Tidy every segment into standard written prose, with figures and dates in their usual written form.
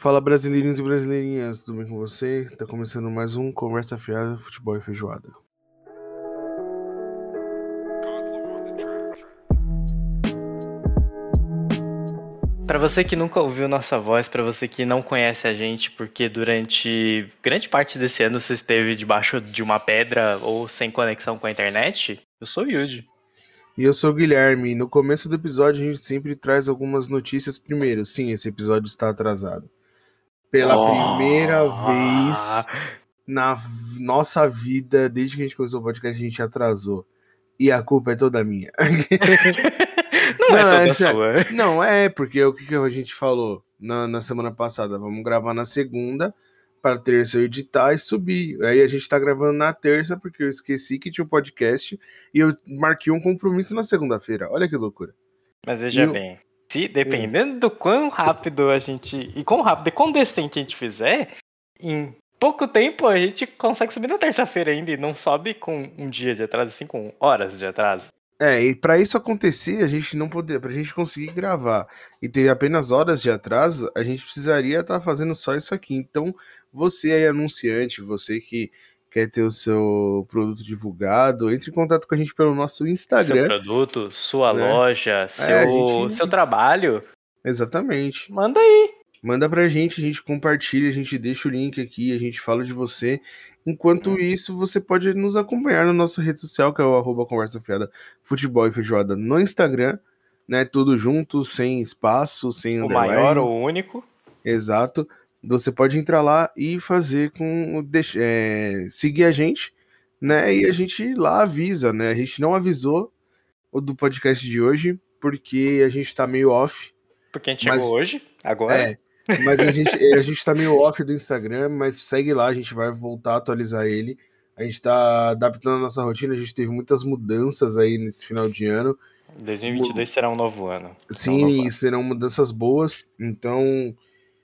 Fala brasileirinhos e brasileirinhas, tudo bem com você? Tá começando mais um Conversa Fiada, Futebol e Feijoada. Pra você que nunca ouviu nossa voz, pra você que não conhece a gente, porque durante grande parte desse ano você esteve debaixo de uma pedra ou sem conexão com a internet, eu sou o Yuji. E eu sou o Guilherme, no começo do episódio a gente sempre traz algumas notícias primeiro. Sim, esse episódio está atrasado. Pela primeira vez na nossa vida, desde que a gente começou o podcast, a gente atrasou. E a culpa é toda minha. Não é toda sério. sua. Não, porque o que a gente falou na semana passada? Vamos gravar na segunda, para terça eu editar e subir. Aí a gente tá gravando na terça, porque eu esqueci que tinha um podcast e eu marquei um compromisso na segunda-feira. Olha que loucura. Mas veja bem, se dependendo do quão rápido a gente. E quão rápido e quão decente a gente fizer, em pouco tempo a gente consegue subir na terça-feira ainda e não sobe com um dia de atraso, assim, com horas de atraso. E pra isso acontecer, a gente não poder, pra gente conseguir gravar e ter apenas horas de atraso, a gente precisaria estar fazendo só isso aqui. Então, você aí, anunciante, você que quer ter o seu produto divulgado, entre em contato com a gente pelo nosso Instagram. Seu produto, sua né? loja, seu trabalho. Exatamente. Manda aí. Manda pra gente, a gente compartilha, a gente deixa o link aqui, a gente fala de você. Enquanto isso, você pode nos acompanhar na nossa rede social, que é o @Conversa Fiada Futebol e Feijoada no Instagram, né? Tudo junto, sem espaço, sem O underline. maior ou o único. Exato. Você pode entrar lá e fazer seguir a gente, né? E a gente lá avisa, né? A gente não avisou o do podcast de hoje, porque a gente tá meio off. Porque a gente chegou hoje, agora. Mas a gente tá meio off do Instagram, mas segue lá, a gente vai voltar a atualizar ele. A gente tá adaptando a nossa rotina, a gente teve muitas mudanças aí nesse final de ano. 2022 será um novo ano. Sim, serão mudanças boas. Então,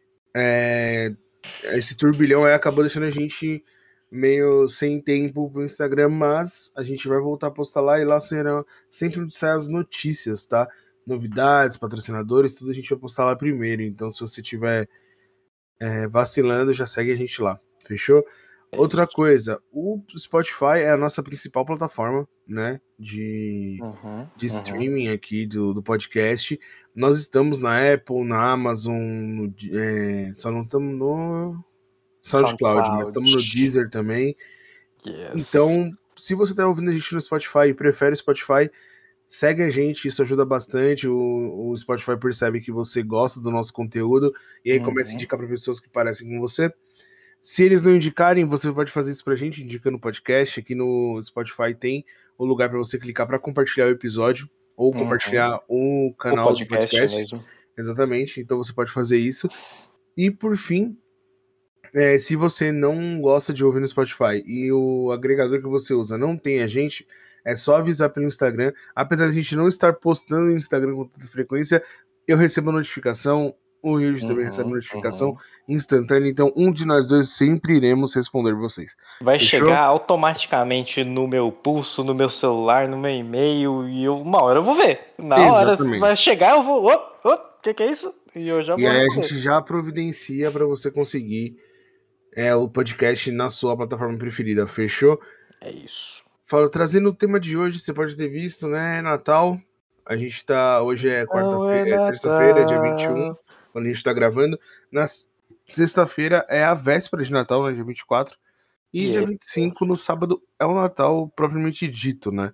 esse turbilhão aí acabou deixando a gente meio sem tempo pro Instagram, mas a gente vai voltar a postar lá e lá serão sempre saem as notícias, tá? Novidades, patrocinadores, tudo a gente vai postar lá primeiro. Então, se você tiver vacilando, já segue a gente lá. Fechou? Outra coisa, o Spotify é a nossa principal plataforma, né, de streaming aqui do podcast. Nós estamos na Apple, na Amazon, só não estamos no SoundCloud, mas estamos no Deezer também. Yes. Então, se você está ouvindo a gente no Spotify e prefere o Spotify, segue a gente, isso ajuda bastante. O Spotify percebe que você gosta do nosso conteúdo e aí começa a indicar para pessoas que parecem com você. Se eles não indicarem, você pode fazer isso pra gente, indicando o podcast. Aqui no Spotify tem o lugar para você clicar para compartilhar o episódio ou compartilhar o canal do podcast. Mesmo. Exatamente, então você pode fazer isso. E por fim, se você não gosta de ouvir no Spotify e o agregador que você usa não tem a gente, é só avisar pelo Instagram. Apesar de a gente não estar postando no Instagram com tanta frequência, eu recebo a notificação, o Yuji também recebe notificação instantânea, então um de nós dois sempre iremos responder vocês. Vai chegar automaticamente no meu pulso, no meu celular, no meu e-mail, e uma hora eu vou ver. Na hora vai chegar, eu vou. O que é isso? E eu já vou. E aí a gente já providencia para você conseguir o podcast na sua plataforma preferida, fechou? É isso. Trazendo o tema de hoje, você pode ter visto, né? Natal. A gente tá. Hoje é terça-feira, dia 21, quando a gente tá gravando. Na sexta-feira é a véspera de Natal, né? Dia 24. E dia 25, no sábado, é o Natal propriamente dito, né?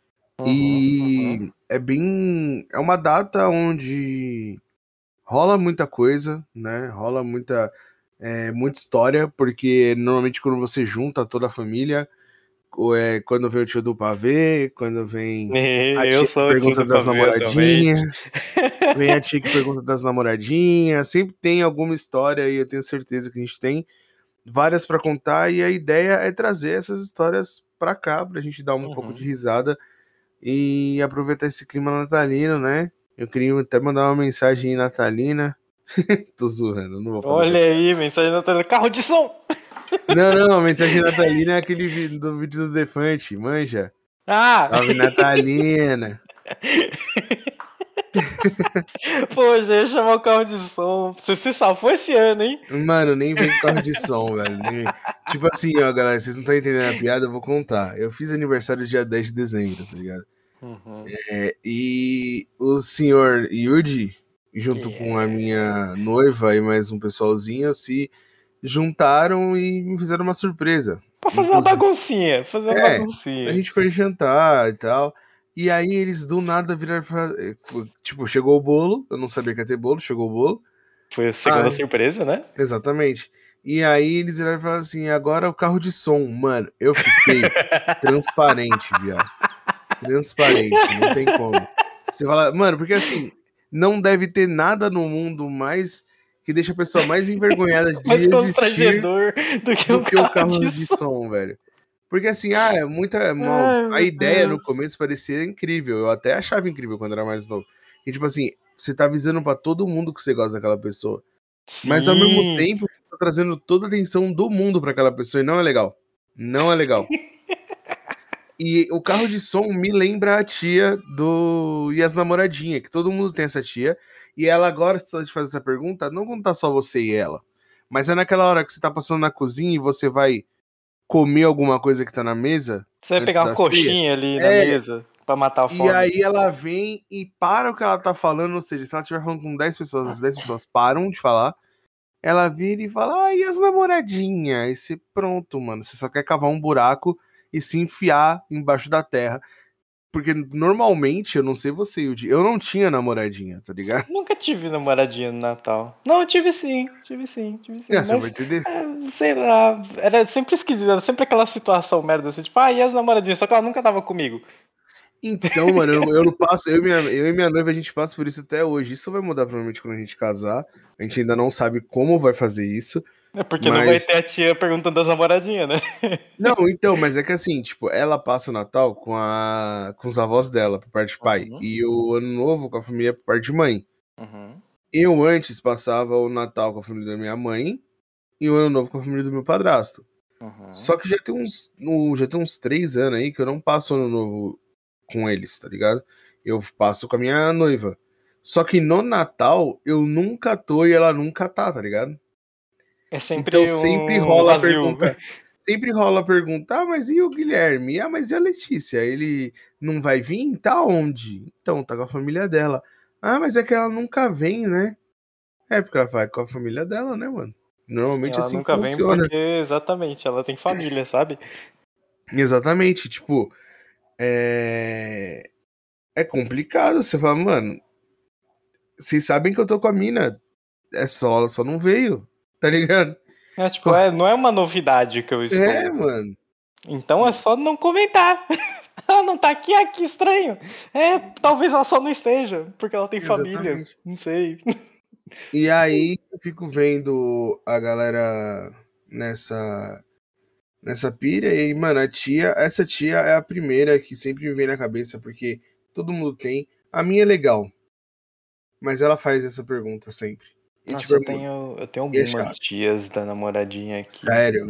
É bem. É uma data onde rola muita coisa, né? Rola muita história, porque normalmente quando você junta toda a família. Quando vem o tio do pavê, quando vem a tia que pergunta das namoradinhas, vem a tia que pergunta das namoradinhas, sempre tem alguma história e eu tenho certeza que a gente tem várias para contar e a ideia é trazer essas histórias para cá, pra gente dar um pouco de risada e aproveitar esse clima natalino, né? Eu queria até mandar uma mensagem natalina. Tô zoando, não vou fazer Olha aí, mensagem natalina, carro de som! Não, a mensagem natalina é aquele vídeo do Defante, manja? Salve Natalina! Pô, já ia chamar o carro de som. Você se salvou esse ano, hein? Mano, nem vem com carro de som, velho. Tipo assim, ó, galera, vocês não estão entendendo a piada, eu vou contar. Eu fiz aniversário dia 10 de dezembro, tá ligado? Uhum. E o senhor Yuji, junto com a Yeah. minha noiva e mais um pessoalzinho, se juntaram e me fizeram uma surpresa. Pra fazer uma Inclusive, baguncinha. Fazer uma a baguncinha. gente foi jantar e tal. E aí eles do nada viraram pra... Tipo, chegou o bolo, eu não sabia que ia ter bolo, chegou o bolo. Foi a segunda Ah, surpresa, né? exatamente. E aí eles viraram e falaram assim, agora o carro de som. Mano, eu fiquei transparente, viado. Transparente, não tem como. Você fala, mano, porque assim, não deve ter nada no mundo mais que deixa a pessoa mais envergonhada Mais de existir constrangedor do que do um que o carro carro de de som. som, velho. Porque assim, é muita. Ai, A meu ideia no Deus. começo parecia incrível. Eu até achava incrível quando era mais novo. E tipo assim, você tá avisando pra todo mundo que você gosta daquela pessoa. Mas ao mesmo Sim. tempo, você tá trazendo toda a atenção do mundo pra aquela pessoa e não é legal. Não é legal. E o carro de som me lembra a tia do E as Namoradinhas, que todo mundo tem essa tia. E ela agora, só de fazer essa pergunta, não quando tá só você e ela. Mas é naquela hora que você tá passando na cozinha e você vai comer alguma coisa que tá na mesa, Você vai antes pegar uma da ceia. coxinha ali na É, mesa pra matar a e fome. aí ela vem e para o que ela tá falando, ou seja, se ela estiver falando com 10 pessoas, as 10 pessoas param de falar, ela vira e fala, e as namoradinhas? Aí você, pronto, mano, você só quer cavar um buraco e se enfiar embaixo da terra. Porque normalmente, eu não sei você, Yudi, eu não tinha namoradinha, tá ligado? Nunca tive namoradinha no Natal. Não, eu tive sim, tive sim, tive sim. É, você vai Mas, entender. sei lá, era sempre esquisito, era sempre aquela situação merda assim, tipo, e as namoradinhas? Só que ela nunca tava comigo. Então, mano, eu não passo, eu e minha noiva, a gente passa por isso até hoje. Isso vai mudar provavelmente quando a gente casar. A gente ainda não sabe como vai fazer isso, É porque não vai ter a mas. tia perguntando das namoradinhas, né? Não, então, mas é que assim, tipo, ela passa o Natal com os avós dela, por parte de pai, Uhum, e o Ano Novo com a família por parte de mãe. uhum, Eu antes passava o Natal com a família da minha mãe e o Ano Novo com a família do meu padrasto. uhum. Só que já tem uns 3 anos aí que eu não passo Ano Novo com eles, tá ligado? Eu passo com a minha noiva. Só que no Natal eu nunca tô e ela nunca tá ligado? É Então sempre um vazio. sempre rola a pergunta, mas e o Guilherme? Ah, mas e a Letícia? Ele não vai vir? Tá onde? Então, tá com a família dela. Ah, mas é que ela nunca vem, né? É, porque ela vai com a família dela, né, mano? Sim, Normalmente ela assim que nunca vem funciona. porque, exatamente, ela tem família, sabe? Exatamente, tipo, é... É complicado, você fala, mano, vocês sabem que eu tô com a mina, é só, ela só não veio, tá ligado? É, tipo, não é uma novidade que eu É, estou. mano, Então é só não comentar. Ela não tá aqui, ah, que estranho. É, talvez ela só não esteja, porque ela tem família. exatamente. Não sei. E aí eu fico vendo a galera nessa pilha e, mano, essa tia é a primeira que sempre me vem na cabeça, porque todo mundo tem. A minha é legal, mas ela faz essa pergunta sempre. E tipo, Nossa, eu tenho e é algumas chato. tias da namoradinha aqui. Sério.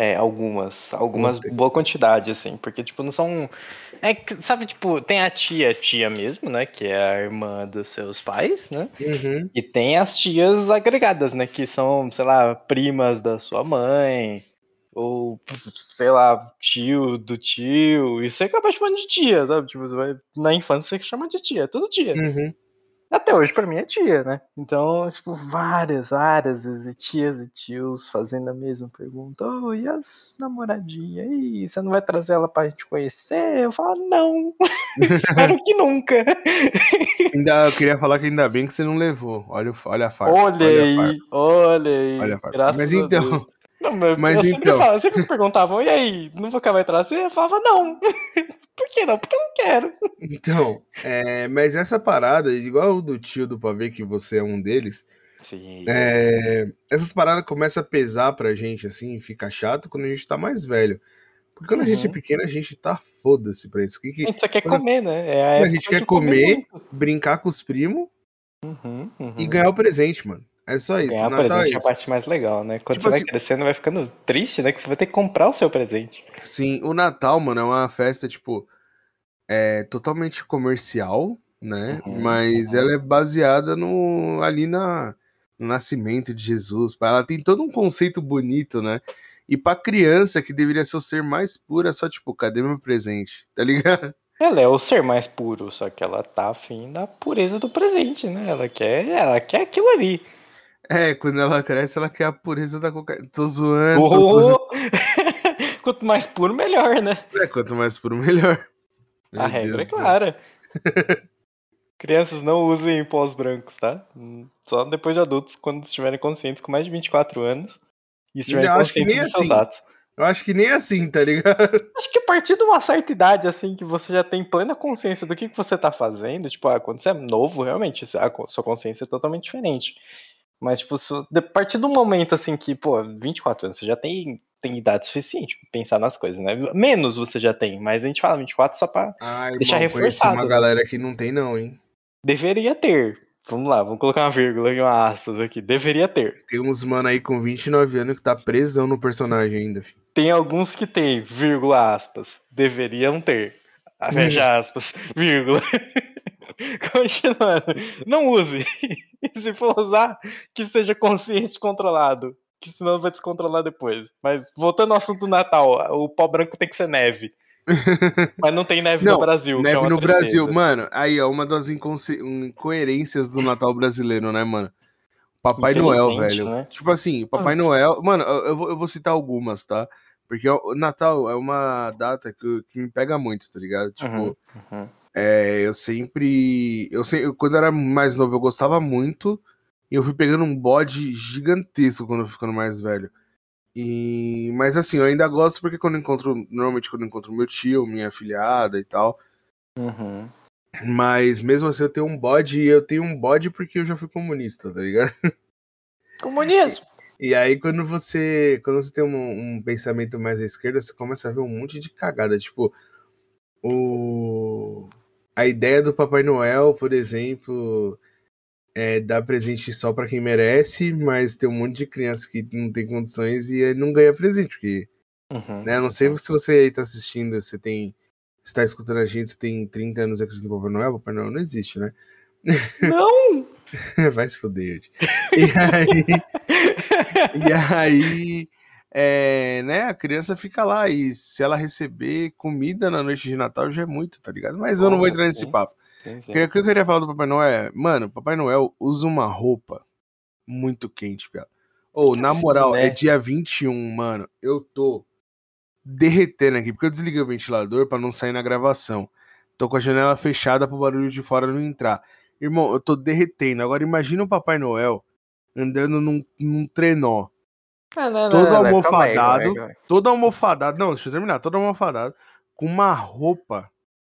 Algumas Puta. boa quantidade, assim, porque, tipo, não são. Sabe, tipo, tem a tia mesmo, né, que é a irmã dos seus pais, né, Uhum. e tem as tias agregadas, né, que são, sei lá, primas da sua mãe, ou, sei lá, tio do tio, e você acaba chamando de tia, sabe, tipo, na infância você chama de tia, é tudo tia. Uhum. Até hoje pra mim é tia, né? Então, tipo, várias vezes tias e tios fazendo a mesma pergunta. Oh, e as namoradinhas? E você não vai trazer ela pra gente conhecer? Eu falo, não, espero que nunca. Ainda, eu queria falar que ainda bem que você não levou. Olha a farpa. Olha Olha a farpa. aí, olha Olha aí, a farpa. Mas graças a então, Deus. Não, mas mas eu sempre então. falo, sempre me perguntavam, e aí, nunca vai trazer? Eu falava, não. Por que não? Porque eu não quero. Então, mas essa parada, igual o do tio do pavê, que você é um deles, Sim. essas paradas começam a pesar pra gente, assim, fica chato quando a gente tá mais velho. Porque quando a gente é Uhum. pequeno, a gente tá foda-se pra isso. A gente só quer Quando, comer, né? É a quando a gente época quer de comer comer, muito. brincar com os primos Uhum, e uhum. ganhar o presente, mano. É só isso. O Ganhar Natal é presente é a isso. parte mais legal, né? Quando Tipo você vai assim, crescendo, vai ficando triste, né? Que você vai ter que comprar o seu presente. sim, o Natal, mano, é uma festa, tipo, totalmente comercial. né? Uhum, Mas uhum. ela é baseada no nascimento de Jesus. Ela tem todo um conceito bonito, né? E pra criança, que deveria ser o ser mais puro, é só tipo, cadê meu presente? Tá ligado? Ela é o ser mais puro, só que ela tá afim da pureza do presente, né? Ela quer aquilo ali. É, quando ela cresce, ela quer a pureza da cocaína. Tô zoando, tô zoando. Oh! Quanto mais puro, melhor, né? É, quanto mais puro, melhor. A Meu regra Deus é do céu. clara. Crianças não usem pós brancos, tá? Só depois de adultos, quando estiverem conscientes com mais de 24 anos e estiverem Eu acho que conscientes nem dos seus assim. atos. Eu acho que nem assim, tá ligado? Acho que a partir de uma certa idade, assim, que você já tem plena consciência do que você tá fazendo, tipo, quando você é novo, realmente, sua consciência é totalmente diferente. Mas, tipo, a partir do momento, assim, que, pô, 24 anos, você já tem idade suficiente pra pensar nas coisas, né? Menos você já tem, mas a gente fala 24 só pra Ah, deixar irmão, conheci uma reforçado, né? galera que não tem, não, hein? Deveria ter. Vamos lá, vamos colocar uma vírgula e uma aspas aqui. Deveria ter. Tem uns mano aí com 29 anos que tá presão no personagem ainda, filho. Tem alguns que tem, vírgula, aspas. Deveriam ter. Fecha aspas, vírgula. Continuando. Não use. E se for usar, que seja consciente e controlado. Que senão vai descontrolar depois. Mas voltando ao assunto do Natal, o pó branco tem que ser neve. Mas não tem neve no Não, Brasil, que é neve uma no Brasil. tristeza. Mano, aí, ó, uma das incoerências do Natal brasileiro, né, mano? Papai Noel, Infelizmente, velho. né? Tipo assim, Papai Noel. Mano, eu vou citar algumas, tá? Porque o Natal é uma data que me pega muito, tá ligado? Uhum, Tipo, uhum. eu sempre. Quando eu era mais novo, eu gostava muito. E eu fui pegando um bode gigantesco quando eu fui ficando mais velho. Mas assim, eu ainda gosto porque normalmente quando eu encontro meu tio, minha afilhada e tal. Uhum. Mas mesmo assim eu tenho um bode e eu tenho um bode porque eu já fui comunista, tá ligado? Comunismo. E aí quando você tem um pensamento mais à esquerda, você começa a ver um monte de cagada, tipo, o a ideia do Papai Noel, por exemplo, é dar presente só pra quem merece, mas tem um monte de criança que não tem condições e aí não ganha presente, porque, Uhum, né, eu não sei uhum. se você aí tá assistindo, você tá escutando a gente, você tem 30 anos e acredita no Papai Noel não existe, né? Não! Vai se fuder, gente. E aí, e aí, né, a criança fica lá e se ela receber comida na noite de Natal já é muito, tá ligado? Mas eu não vou Oh, entrar nesse sim, papo. sim, O sim. que eu queria falar do Papai Noel é, mano, Papai Noel usa uma roupa muito quente, velho. Ou, na Assim, moral, é né? dia 21, mano. Eu tô derretendo aqui, porque eu desliguei o ventilador pra não sair na gravação. Tô com a janela fechada pro barulho de fora não entrar. Irmão, eu tô derretendo. Agora imagina o Papai Noel andando num trenó, Ah, não, não, todo não, não. Calma aí, calma aí, almofadado, calma aí. todo almofadado. Não, deixa eu terminar. Todo almofadado, com uma roupa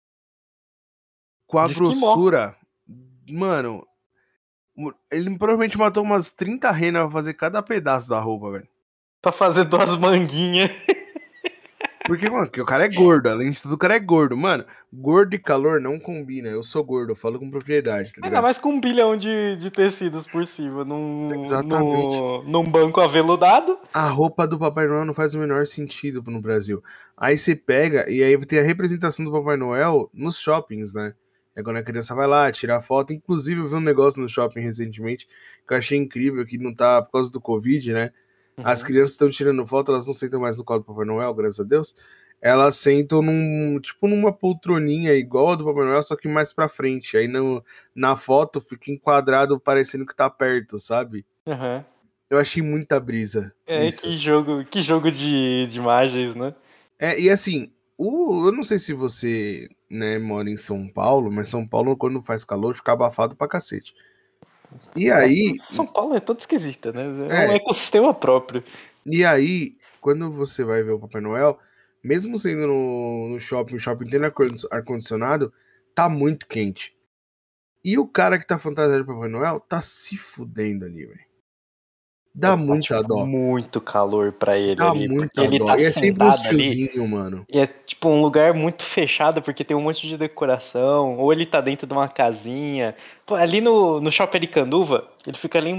com a De esquimó. grossura. Mano, ele provavelmente matou umas 30 renas pra fazer cada pedaço da roupa, velho. Pra fazer duas manguinhas. Porque, mano, que o cara é gordo, além de tudo, o cara é gordo. Mano, gordo e calor não combina. Eu sou gordo, eu falo com propriedade, tá Ainda ligado? mais com 1 bilhão de tecidos por cima. Num, Exatamente. num, num banco aveludado. A roupa do Papai Noel não faz o menor sentido no Brasil. Aí você pega e aí tem a representação do Papai Noel nos shoppings, né? É quando a criança vai lá tirar foto. Inclusive, eu vi um negócio no shopping recentemente que eu achei incrível, que não tá por causa do Covid, né? As Uhum. crianças estão tirando foto, elas não sentam mais no colo do Papai Noel, graças a Deus. Elas sentam tipo numa poltroninha igual a do Papai Noel, só que mais pra frente. Aí na foto fica enquadrado parecendo que tá perto, sabe? Uhum. Eu achei muita brisa É, isso. que jogo de imagens, né? E assim, eu não sei se você, né, mora em São Paulo, mas São Paulo, quando faz calor, fica abafado pra cacete. E aí, São Paulo é todo esquisita, né? É um é, ecossistema próprio. quando você vai ver o Papai Noel, mesmo sendo no shopping, o shopping tendo ar-condicionado, tá muito quente. E o cara que tá fantasiado de Papai Noel tá se fudendo ali, velho. Dá Tá, muita tipo, dó. muito calor pra ele Dá ali, porque muita ele dó. tá E é sempre uns sentado ali. tiozinho, mano. E é tipo um lugar muito fechado porque tem um monte de decoração, ou ele tá dentro de uma casinha. Pô, ali no Shopping Aricanduva, ele fica ali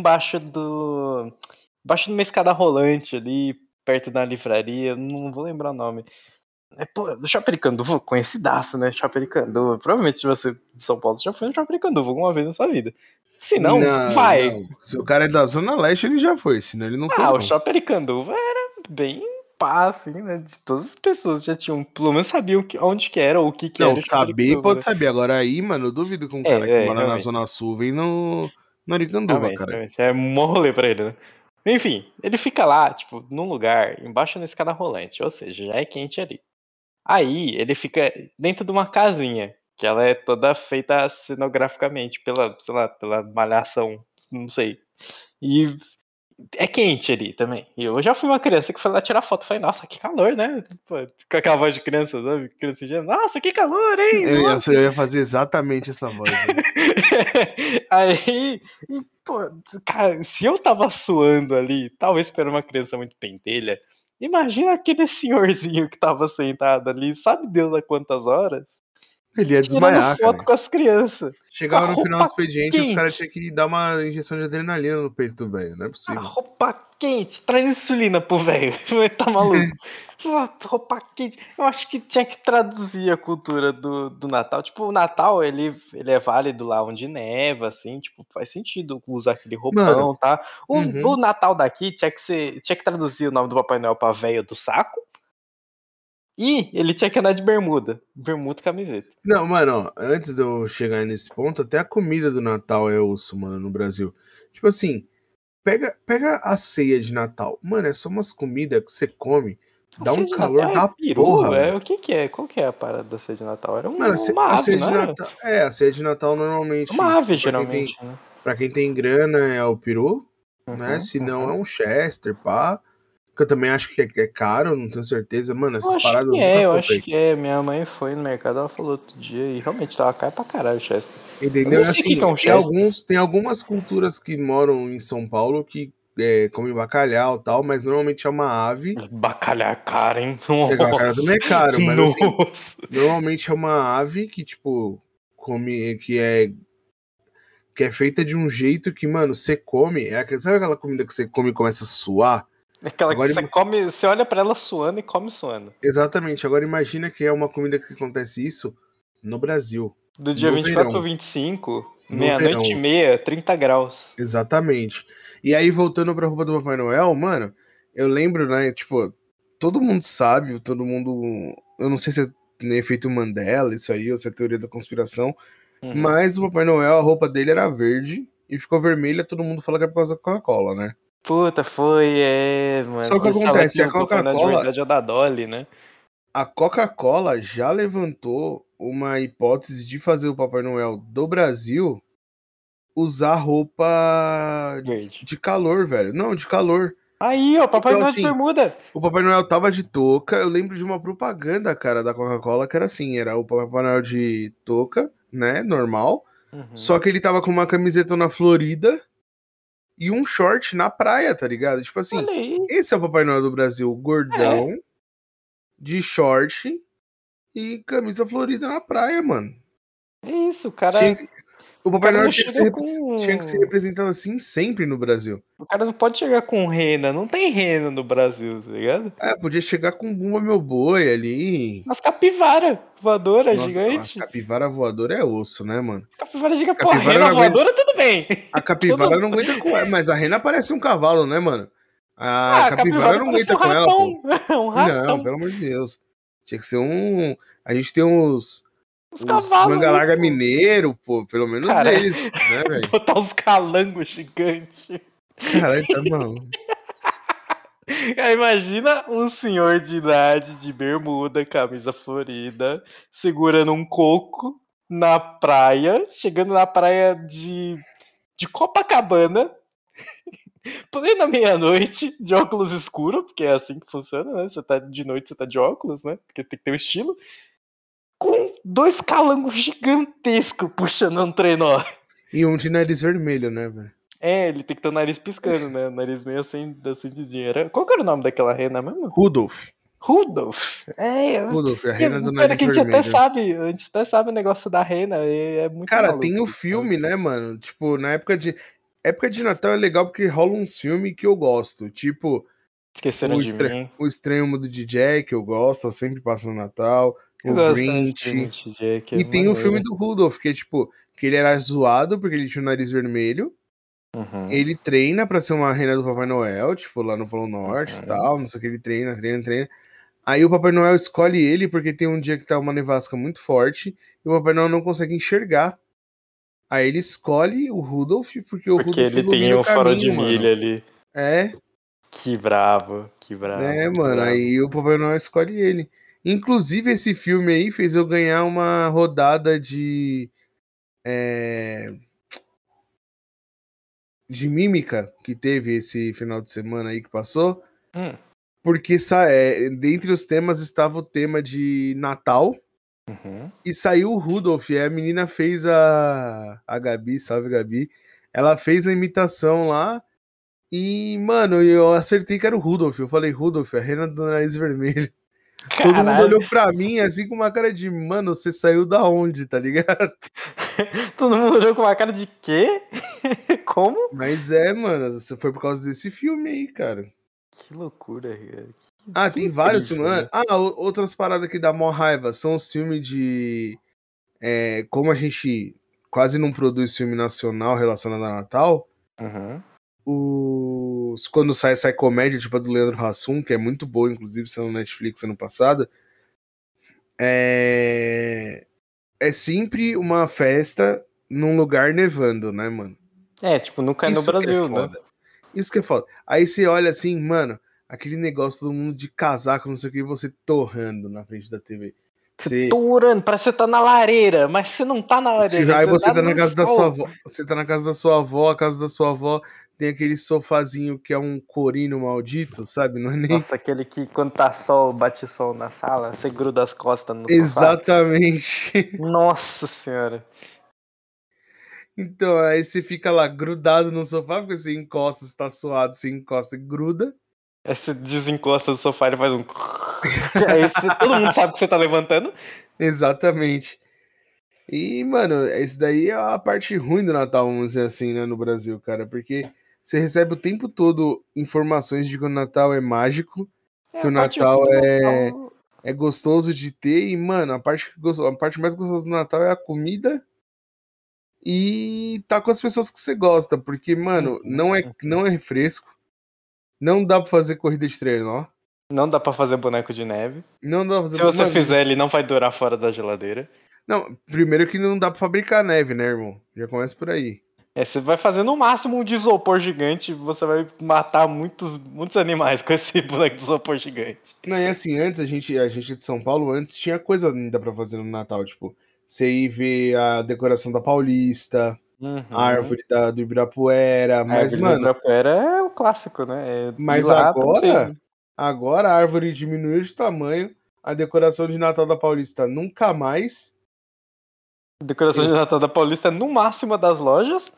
embaixo de uma escada rolante ali, perto da livraria, não vou lembrar o nome. Pô, do Chapericanduva, conhecidaço, né? Chapericanduva. Provavelmente você de São Paulo já foi no Chapericanduva alguma vez na sua vida. Se não, vai. Não. Se o cara é da Zona Leste, ele já foi, senão ele não foi, O não. Chapericanduva era bem pá, assim, né? De todas as pessoas já tinham, pelo menos sabiam onde que era ou o que Não, era o saber Chapericanduva, né? pode saber. Agora aí, mano, eu duvido que um cara que mora na Realmente. Zona Sul vem no Aricanduva, Realmente, cara. realmente. É um rolê pra ele, né? Enfim, ele fica lá, tipo, num lugar, embaixo da escada rolante, ou seja, já é quente ali. Aí ele fica dentro de uma casinha, que ela é toda feita cenograficamente pela, sei lá, pela malhação, não sei. E é quente ali também. E eu já fui uma criança que foi lá tirar foto. Falei, nossa, que calor, né? Pô, com aquela voz de criança, sabe? Criança ingênua. Nossa, que calor, hein? Nossa. Eu ia fazer exatamente essa voz, velho. Aí, pô, cara, se eu tava suando ali, talvez por uma criança muito pentelha, imagina aquele senhorzinho que tava sentado ali, sabe Deus há quantas horas, Ele ia tirando desmaiar, foto cara. com as crianças, com a Chegava no final do roupa expediente, os caras quente. tinham que dar uma injeção de adrenalina no peito do velho. Não é A possível. roupa quente, traz insulina pro velho. Tá maluco? Roupa quente. Eu acho que tinha que traduzir a cultura do Natal. Tipo, o Natal, ele é válido lá onde neva, assim, tipo, faz sentido usar aquele Mano, roupão, tá? O uhum. Natal daqui tinha que traduzir o nome do Papai Noel pra velho do saco. E ele tinha que andar de bermuda. Bermuda e camiseta. Não, mano, ó, antes de eu chegar nesse ponto, até a comida do Natal é osso, mano, no Brasil. Tipo assim, pega a ceia de Natal. Mano, é só umas comidas que você come, A dá um ceia de Natal calor é da peru? porra, velho. O que que é? Qual que é a parada da ceia de Natal? Era Mano, uma a ave, ceia não de era? Natal. É, a ceia de Natal normalmente, Uma ave, tipo, geralmente, né? pra quem tem grana é o peru, né? Uhum, Se não é uhum. um Chester, pá. Que eu também acho que é caro, não tenho certeza. Mano, essas paradas eu nunca Eu acho comprei. que é. Minha mãe foi no mercado, ela falou outro dia e realmente tava caro pra caralho o Chester. Eu Entendeu? nem É sei o que que assim, é um Chester. tem algumas culturas que moram em São Paulo que comem bacalhau e tal, mas normalmente é uma ave. Bacalhau é caro, hein? Bacalhau Nossa. também é caro, mas assim, Nossa. normalmente é uma ave que, tipo, come, que é feita de um jeito que, mano, você come. Sabe aquela comida que você come e começa a suar? Aquela que Agora, você come, você olha pra ela suando e come suando. exatamente, agora imagina que é uma comida que acontece isso no Brasil, Do dia no 24 verão. ao 25, No meia-noite e verão, meia, 30 graus. exatamente. E aí, voltando pra roupa do Papai Noel, mano, eu lembro, né, tipo, todo mundo sabe, todo mundo. Eu não sei se é efeito Mandela, isso aí, ou se é teoria da conspiração, Uhum. mas o Papai Noel, a roupa dele era verde e ficou vermelha, todo mundo fala que é por causa da Coca-Cola, né? Puta, foi, mano. Só que Pensava acontece, que o Papai Noel de verdade é o da Dolly, né? A Coca-Cola já levantou uma hipótese de fazer o Papai Noel do Brasil usar roupa Verde. de calor, velho. Não, de calor. Aí, ó, Papai Então, Noel de assim, bermuda. o Papai Noel tava de touca. Eu lembro de uma propaganda, cara, da Coca-Cola, que era assim, era o Papai Noel de touca, né, normal. Uhum. Só que ele tava com uma camisetona florida e um short na praia, tá ligado? Tipo assim, Olha aí. esse é o Papai Noel do Brasil, gordão, É, de short e camisa florida na praia, mano. é isso, Tinha que- o o Papai cara Noel não tinha que chega tinha que ser com. representado assim sempre no Brasil. O cara não pode chegar com rena, não tem rena no Brasil, tá ligado? É, podia chegar com Bumba Meu Boi ali. Mas capivara voadora Nossa, a gigante. capivara voadora é osso, né, mano? Capivara gigante, pô, Capivara rena não aguenta. voadora, tudo bem. A capivara Tudo. não aguenta com ela, mas a rena parece um cavalo, né, mano? A Ah, a capivara capivara não parece um aguenta com ela, pô. ratão. Um Não, ratão. pelo amor de Deus. Tinha que ser um. A gente tem Os os cavalos manga aí, larga pô. mineiro, pô. Pelo menos Cara, eles, né, velho? botar os calangos gigantes. Caralho, tá maluco. Cara, imagina um senhor de idade de bermuda, camisa florida, segurando um coco na praia, chegando na praia de Copacabana, plena meia-noite, de óculos escuros, porque é assim que funciona, né? Você tá de noite, você tá de óculos, né? Porque tem que ter o estilo, com dois calangos gigantescos puxando um trenó. E um de nariz vermelho, né, velho? Ele tem que ter o nariz piscando, né? O nariz meio assim de dinheiro. Qual que era o nome daquela rena mesmo? Rudolph. Rudolph. Rudolph, a rena do O pior é nariz que vermelho. a gente até sabe o negócio da rena, e é muito Cara, maluco tem o isso, sabe? filme, né, mano? Tipo, na época de. Época de Natal é legal porque rola uns filmes que eu gosto. Tipo, Esqueceram de mim. O Estranho Mundo de Jack, eu gosto, eu sempre passo no Natal. Eu O gosto também desse Grinch. filme de Jack, é E tem o filme maneiro. do Rudolph, que é tipo, que ele era zoado porque ele tinha o nariz vermelho. Uhum, Ele treina pra ser uma rena do Papai Noel, tipo, lá no Polo Norte e uhum. tal, não sei o que, ele treina. Aí o Papai Noel escolhe ele porque tem um dia que tá uma nevasca muito forte e o Papai Noel não consegue enxergar. Aí ele escolhe o Rudolph porque o Porque Rudolph ele tem ilumina o o farol de caminho, mano. milho ali. É, Que bravo, que né, bravo, que mano, bravo. aí o Papai Noel escolhe ele. Inclusive, esse filme aí fez eu ganhar uma rodada é, de mímica que teve esse final de semana aí que passou. Hum, Porque dentre os temas estava o tema de Natal uhum. e saiu o Rudolph. E a menina fez a Gabi, salve Gabi. Ela fez a imitação lá e, mano, eu acertei que era o Rudolph. Eu falei, Rudolph, a rena do nariz vermelho. Todo mundo Caralho. olhou pra mim assim com uma cara de, mano, você saiu da onde, tá ligado? Todo mundo olhou com uma cara de quê? Como? Mas mano, você foi por causa desse filme aí, cara. Que loucura, cara. Ah, Que tem vários incrível, filmes. né? Outras paradas que dá mó raiva são os filmes de. Como a gente quase não produz filme nacional relacionado a Natal, Uhum. quando sai comédia, tipo a do Leandro Hassum, que é muito boa, inclusive, saiu no Netflix ano passado, é... é sempre uma festa num lugar nevando, né, mano? É, tipo, nunca é no Isso que é Brasil, né? foda. Isso que é foda. Aí você olha assim, mano, aquele negócio todo mundo de casaco, não sei o que, e você torrando na frente da TV. Você Você torando, parece que você tá na lareira, mas você não tá na lareira, Aí você você tá tá na no casa da sua sol. avó, você tá na casa da sua avó, a casa da sua avó tem aquele sofazinho que é um corino maldito, sabe? Não é nem Nossa, aquele que quando tá sol, bate sol na sala, você gruda as costas no sofá. exatamente. Nossa senhora. Então, aí você fica lá grudado no sofá, porque você encosta, você tá suado, você encosta e gruda. Aí você desencosta do sofá e ele faz um. Aí todo mundo sabe que você tá levantando. Exatamente. E, mano, isso daí é a parte ruim do Natal, vamos dizer assim, né, no Brasil, cara, porque você recebe o tempo todo informações de que o Natal é mágico, É, que a o parte ruim Natal do é Natal. É gostoso de ter e, mano, a parte mais gostosa do Natal é a comida e tá com as pessoas que você gosta, porque, mano, Uhum. não é refresco, não dá pra fazer corrida de trenó, Não dá pra fazer boneco de neve. não dá pra fazer, Se você mano, fizer, ele não vai durar fora da geladeira. não, primeiro que não dá pra fabricar neve, né, irmão? Já começa por aí. É, você vai fazer no máximo um de isopor gigante, você vai matar muitos animais com esse boneco de isopor gigante. Não, e assim, antes a gente de São Paulo, antes tinha coisa ainda pra fazer no Natal, tipo, você ir ver a decoração da Paulista, a Uhum. árvore do Ibirapuera, A mas, árvore do mano, Ibirapuera é o clássico, né? É ir mas lá pra ver. agora a árvore diminuiu de tamanho, a decoração de Natal da Paulista nunca mais. Decoração de Eu- Natal da Paulista é no máximo das lojas.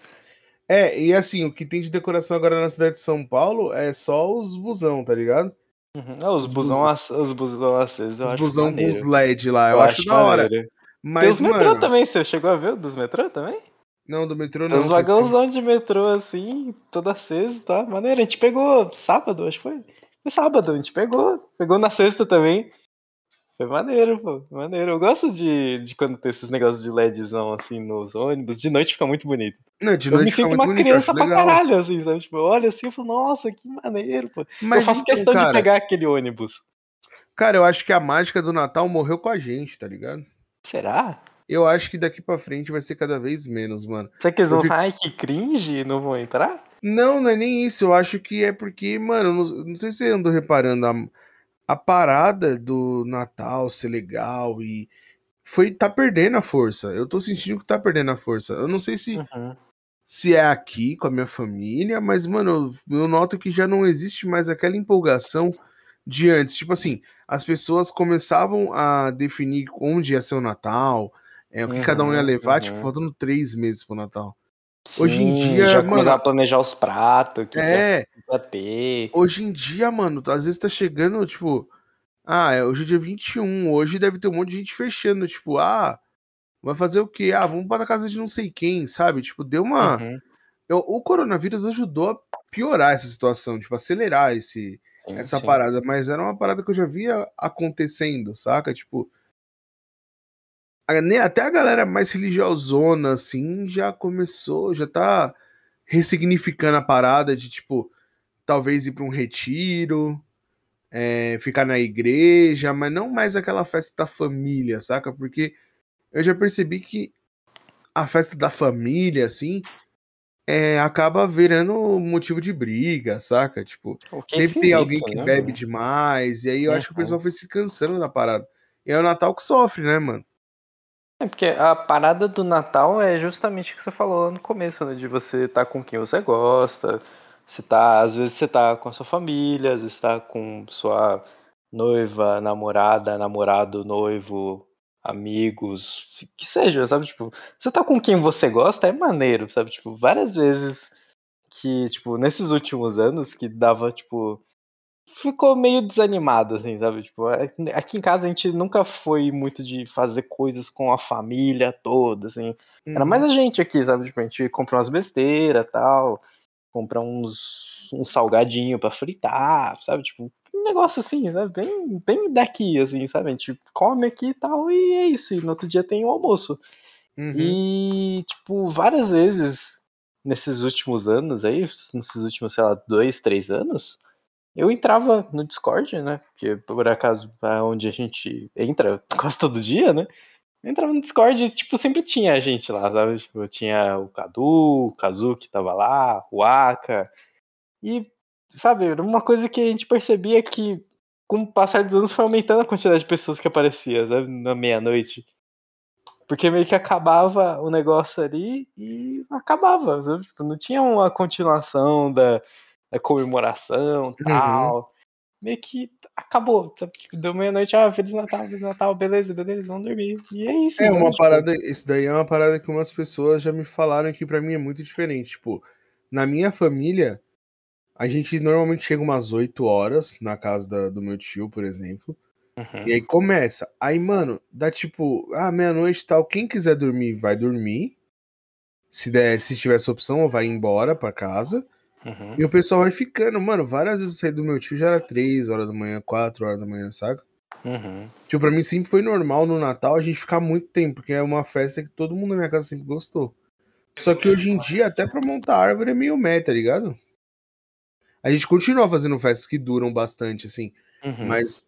e assim, o que tem de decoração agora na cidade de São Paulo é só os busão, tá ligado? Uhum. Ah, os Os busão, busão, os busão acesos eu os acho busão com os maneiro. LED lá, Eu eu acho acho da hora. maneiro. Tem os Mas, metrô mano, também, você chegou a ver o dos metrô também? não, do metrô Tem os não, faz tempo. vagãozão de metrô assim, todo aceso, tá? Maneiro. A gente pegou sábado, acho que foi. Foi sábado, a gente pegou. Pegou na sexta também. Foi maneiro, pô. Maneiro. Eu gosto de quando tem esses negócios de LEDzão assim nos ônibus. De noite fica muito bonito. Não, de Eu me noite fica sinto muito uma bonito, eu acho criança pra legal. caralho, assim, sabe? Tipo, eu olho assim e falo, nossa, que maneiro, pô. Eu Mas faço então, questão de pegar aquele ônibus. cara, eu acho que a mágica do Natal morreu com a gente, tá ligado? Será? Eu acho que daqui pra frente vai ser cada vez menos, mano. Será que eles Eu vão fico falar, ai, que cringe e não vão entrar? Não, não é nem isso. Eu acho que é porque, mano, não sei se você andou reparando, a parada do Natal ser legal e tá perdendo a força. Eu tô sentindo que tá perdendo a força. Eu não sei Uhum. se é aqui com a minha família, mas, mano, eu noto que já não existe mais aquela empolgação de antes. Tipo assim, as pessoas começavam a definir onde ia ser o Natal, o que cada um ia Uhum, levar, tipo, uhum. faltando 3 meses pro Natal. Hoje em Sim, dia, já começar mano, a planejar os pratos, o que que é. ia ter. Hoje em dia, mano, às vezes tá chegando, tipo, hoje é dia 21, hoje deve ter um monte de gente fechando, tipo, vai fazer o quê? Vamos para casa de não sei quem, sabe? Tipo, deu uma. Uhum. O coronavírus ajudou a piorar essa situação, tipo, acelerar esse. Sim, essa sim. parada, mas era uma parada que eu já via acontecendo, saca? Tipo, até a galera mais religiosona, assim, já começou, já tá ressignificando a parada de, tipo, talvez ir pra um retiro, ficar na igreja, mas não mais aquela festa da família, saca? Porque eu já percebi que a festa da família, assim, acaba virando motivo de briga, saca? Tipo, O que é sempre tem alguém esquisito, que né, bebe mano? demais, e aí eu acho que o pessoal Uhum. foi se cansando da parada. E é o Natal que sofre, né, mano? É porque a parada do Natal é justamente o que você falou lá no começo, né? De você estar com quem você gosta. Às vezes você tá com a sua família, às vezes você tá com sua noiva, namorada, namorado, noivo, amigos, que seja, sabe? Tipo, você tá com quem você gosta, é maneiro, sabe? Tipo, várias vezes que, tipo, nesses últimos anos que dava, tipo, ficou meio desanimado, assim, sabe? Tipo, aqui em casa a gente nunca foi muito de fazer coisas com a família toda, assim. Era mais Uhum, a gente aqui, sabe? Tipo, a gente compra umas besteiras tal, compra um salgadinho pra fritar, sabe? Tipo, um negócio assim, sabe? Bem daqui, assim, sabe? A gente come aqui e tal, e é isso. E no outro dia tem o almoço. uhum, E, tipo, várias vezes nesses últimos anos aí, nesses últimos, sei lá, 2, 3 anos, eu entrava no Discord, né? Porque por acaso é onde a gente entra quase todo dia, né? Eu entrava no Discord e, tipo, sempre tinha gente lá, sabe? Tipo, tinha o Cadu, o Kazu que tava lá, o Aka. E, sabe, era uma coisa que a gente percebia que, com o passar dos anos, foi aumentando a quantidade de pessoas que aparecia, sabe? Na meia-noite. Porque meio que acabava o negócio ali e acabava, sabe? Tipo, não tinha uma continuação da comemoração uhum. tal. Meio que acabou, sabe? Tipo, deu meia-noite, Feliz Natal, beleza, beleza, vamos dormir. E é isso, É sabe? uma Tipo, parada, isso daí é uma parada que umas pessoas já me falaram que pra mim é muito diferente. Tipo, na minha família, a gente normalmente chega umas 8 horas na casa do meu tio, por exemplo. E uhum, aí começa. Aí, mano, dá tipo, meia-noite e tal. Quem quiser dormir, vai dormir. Se tiver essa opção, vai embora pra casa. uhum, E o pessoal vai ficando. Mano, várias vezes eu saí do meu tio já era 3 horas da manhã, 4 horas da manhã, saca? uhum. Tipo, pra mim sempre foi normal no Natal a gente ficar muito tempo, porque é uma festa que todo mundo na minha casa sempre gostou. Só que hoje em dia, até pra montar árvore é meio meta, tá ligado? A gente continua fazendo festas que duram bastante, assim. Uhum. Mas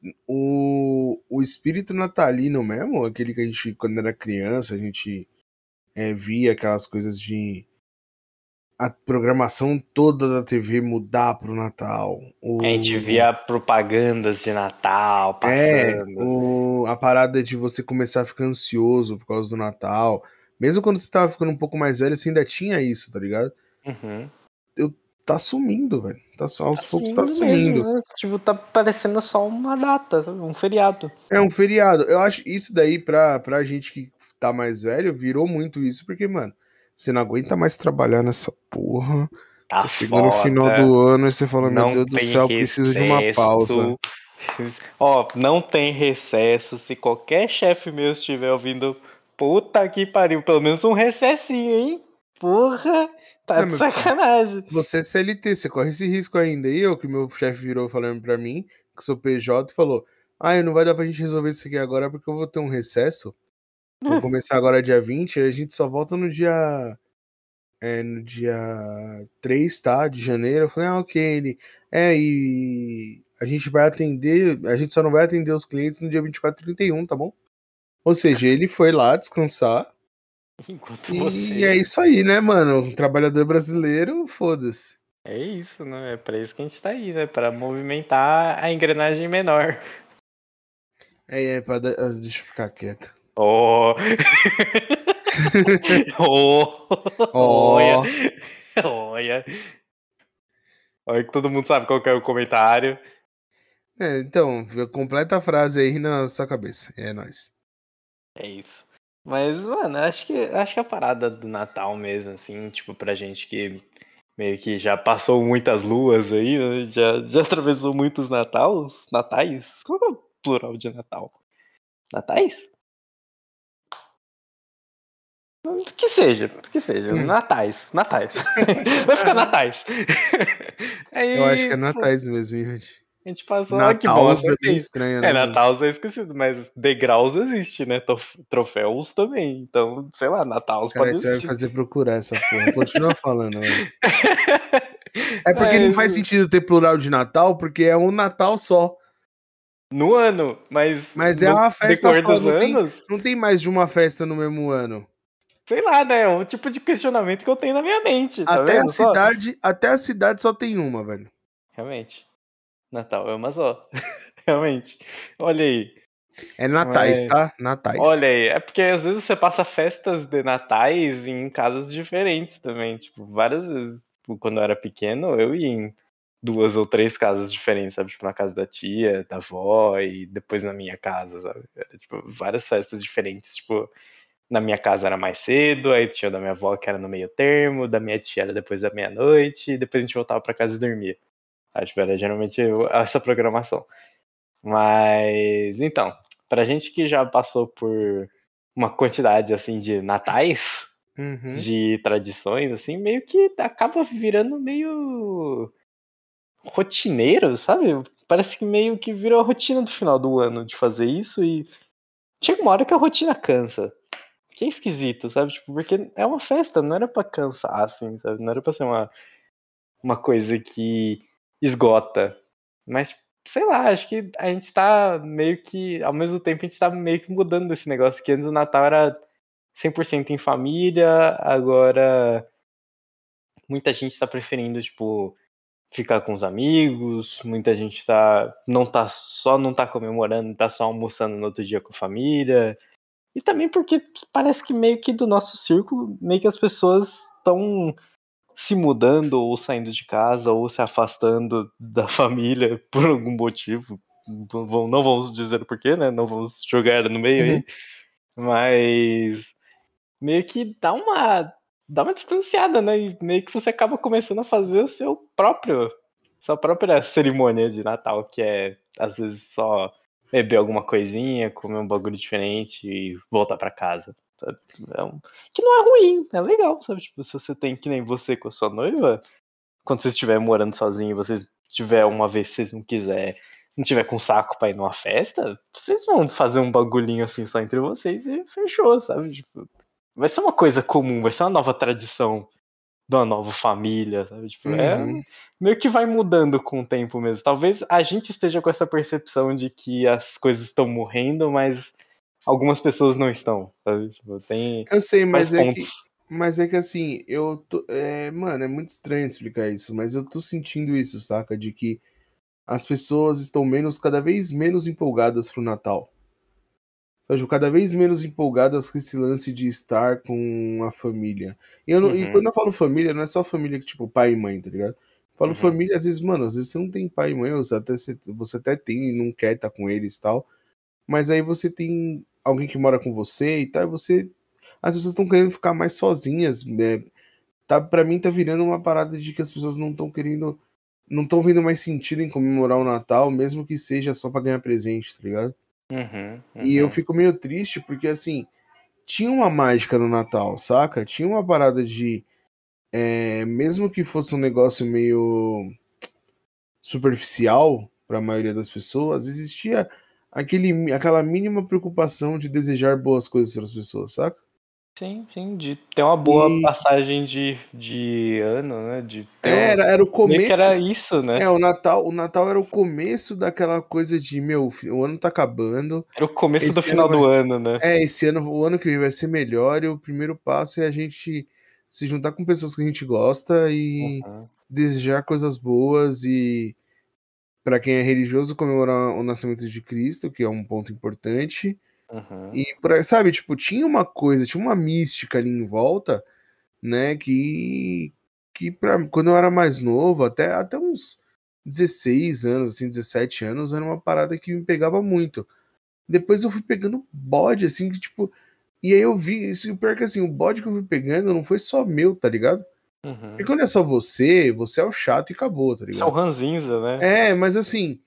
o espírito natalino mesmo, aquele que a gente, quando era criança, a gente via aquelas coisas de a programação toda da TV mudar pro Natal. A gente via propagandas de Natal passando. A parada de você começar a ficar ansioso por causa do Natal. Mesmo quando você tava ficando um pouco mais velho, você ainda tinha isso, tá ligado? Uhum. Eu, tá sumindo, velho. Tá Aos poucos tá sumindo mesmo, sumindo. né? Tipo, tá parecendo só uma data, sabe? Um feriado. É um feriado. Eu acho isso daí pra gente que tá mais velho, virou muito isso, porque, mano, você não aguenta mais trabalhar nessa porra. Tá Tá chegando o final foda, do ano e você fala, meu não Deus do tem céu, preciso de uma pausa. recesso. Ó, não tem recesso. Se qualquer chefe meu estiver ouvindo, puta que pariu, pelo menos um recessinho, hein? Porra, tá Não, de meu filho, sacanagem. você é CLT, você corre esse risco ainda. E eu, que meu chefe virou falando pra mim, que sou PJ, falou: não vai dar pra gente resolver isso aqui agora porque eu vou ter um recesso. Vou começar agora dia 20 e a gente só volta no dia 3, tá? De janeiro. Eu falei, ok. Ele, e a gente vai atender, a gente só não vai atender os clientes no dia 24 e 31, tá bom? Ou seja, ele foi lá descansar Enquanto e você. é isso aí, né, mano? Um trabalhador brasileiro, foda-se. É isso, né? É pra isso que a gente tá aí, né? Pra movimentar a engrenagem menor. Deixa eu ficar quieto. Oh! Oh! Olha! Ó. Olha! Olha que todo mundo sabe qual que é o comentário. Então, completa a frase aí na sua cabeça. É nóis. É isso. Mas, mano, acho que a parada do Natal mesmo, assim, tipo, pra gente que meio que já passou muitas luas aí, né? Já atravessou muitos natais? Qual é o plural de Natal? Natais? Que seja, Hum, natais. Vai ficar natais. eu acho que Aí, é natais mesmo, hein, Rod? A gente passou, ó, que bom, Natal é bem acertei. estranho, É, né, mano? Natal é esquecido, mas degraus existe, né? Troféus também. Então, sei lá, Natal Cara, pode você vai me existir. fazer procurar essa porra. Continua falando, velho. É porque não faz Mas, sentido ter plural de Natal, porque é um Natal só. no ano, mas Mas é no uma festa decorrer só, dos anos, não tem mais de uma festa no mesmo ano. sei lá, né? É um tipo de questionamento que eu tenho na minha mente, tá vendo só? Até a cidade só tem uma, velho. Realmente, Natal é uma só. Realmente. Olha aí. É natais, Mas, tá? olha Natais. aí, é porque às vezes você passa festas de natais em casas diferentes também. Tipo, várias vezes. Tipo, quando eu era pequeno, eu ia em 2 ou 3 casas diferentes, sabe? Tipo, na casa da tia, da avó e depois na minha casa, sabe? Era, tipo, várias festas diferentes. Tipo, na minha casa era mais cedo, aí tinha da minha avó que era no meio termo, da minha tia era depois da meia-noite, e depois a gente voltava pra casa e dormia. Aí, tipo, era geralmente essa programação. Mas, então, pra gente que já passou por uma quantidade, assim, de natais, Uhum. de tradições, assim, meio que acaba virando meio rotineiro, sabe? Parece que meio que virou a rotina do final do ano de fazer isso e chega uma hora que a rotina cansa. Que é esquisito, sabe? Tipo, porque é uma festa, não era pra cansar, assim, sabe? Não era pra ser uma coisa que esgota. Mas, sei lá, acho que a gente tá meio que, ao mesmo tempo, a gente tá meio que mudando esse negócio, que antes o Natal era 100% em família, agora muita gente tá preferindo, tipo, ficar com os amigos, muita gente não tá comemorando, tá só almoçando no outro dia com a família. E também porque parece que meio que do nosso círculo, meio que as pessoas estão se mudando ou saindo de casa ou se afastando da família por algum motivo. Não vamos dizer o porquê, né? Não vamos jogar no meio Uhum. aí. Mas meio que dá uma distanciada, né? E meio que você acaba começando a fazer sua própria cerimônia de Natal, que é às vezes só beber alguma coisinha, comer um bagulho diferente e voltar pra casa. Sabe? Que não é ruim, é legal, sabe? Tipo, se você tem que nem você com a sua noiva, quando vocês estiverem morando sozinho, vocês tiver uma vez que vocês não quiser, não tiver com saco pra ir numa festa, vocês vão fazer um bagulhinho assim só entre vocês e fechou, sabe? Tipo, vai ser uma coisa comum, vai ser uma nova tradição de uma nova família, sabe? Tipo, Uhum. meio que vai mudando com o tempo mesmo. Talvez a gente esteja com essa percepção de que as coisas estão morrendo, mas algumas pessoas não estão, sabe? Tipo, tem Eu sei, vários pontos. mas é que assim, mano, é muito estranho explicar isso, mas eu tô sentindo isso, saca? De que as pessoas estão cada vez menos empolgadas pro Natal. Sabe? Cada vez menos empolgadas com esse lance de estar com a família. E Uhum, quando eu falo família, não é só família que, tipo, pai e mãe, tá ligado? Eu falo uhum, família, às vezes, mano, às vezes você não tem pai e mãe, você até tem e não quer estar com eles e tal. Mas aí você tem alguém que mora com você e tal, e você. As pessoas estão querendo ficar mais sozinhas, né? Tá, pra mim tá virando uma parada de que as pessoas não estão querendo. Não estão vendo mais sentido em comemorar o Natal, mesmo que seja só pra ganhar presente, tá ligado? uhum, E eu uhum. fico meio triste porque, assim, tinha uma mágica no Natal, saca? Tinha uma parada de. Mesmo que fosse um negócio meio superficial para a maioria das pessoas, existia aquela mínima preocupação de desejar boas coisas para as pessoas, saca? Sim, sim, de ter uma boa E passagem de ano, né? De ter um. era o Meio que começo. era isso, né? O Natal era o começo daquela coisa de, meu, o ano tá acabando, Era o começo do esse ano final do ano, né? esse ano, o ano que vem vai ser melhor, e o primeiro passo é a gente se juntar com pessoas que a gente gosta e Uhum, desejar coisas boas e para quem é religioso comemorar o nascimento de Cristo, que é um ponto importante. uhum. E sabe, tipo, tinha uma coisa, tinha uma mística ali em volta, né, quando eu era mais novo, até uns 16 anos, assim, 17 anos, era uma parada que me pegava muito. Depois eu fui pegando bode, assim, que tipo. E aí eu vi, isso, e o pior é que assim, o bode que eu fui pegando não foi só meu, tá ligado? Uhum. Porque olha só, você é o chato e acabou, tá Isso é o ligado? ranzinza, né? Mas assim,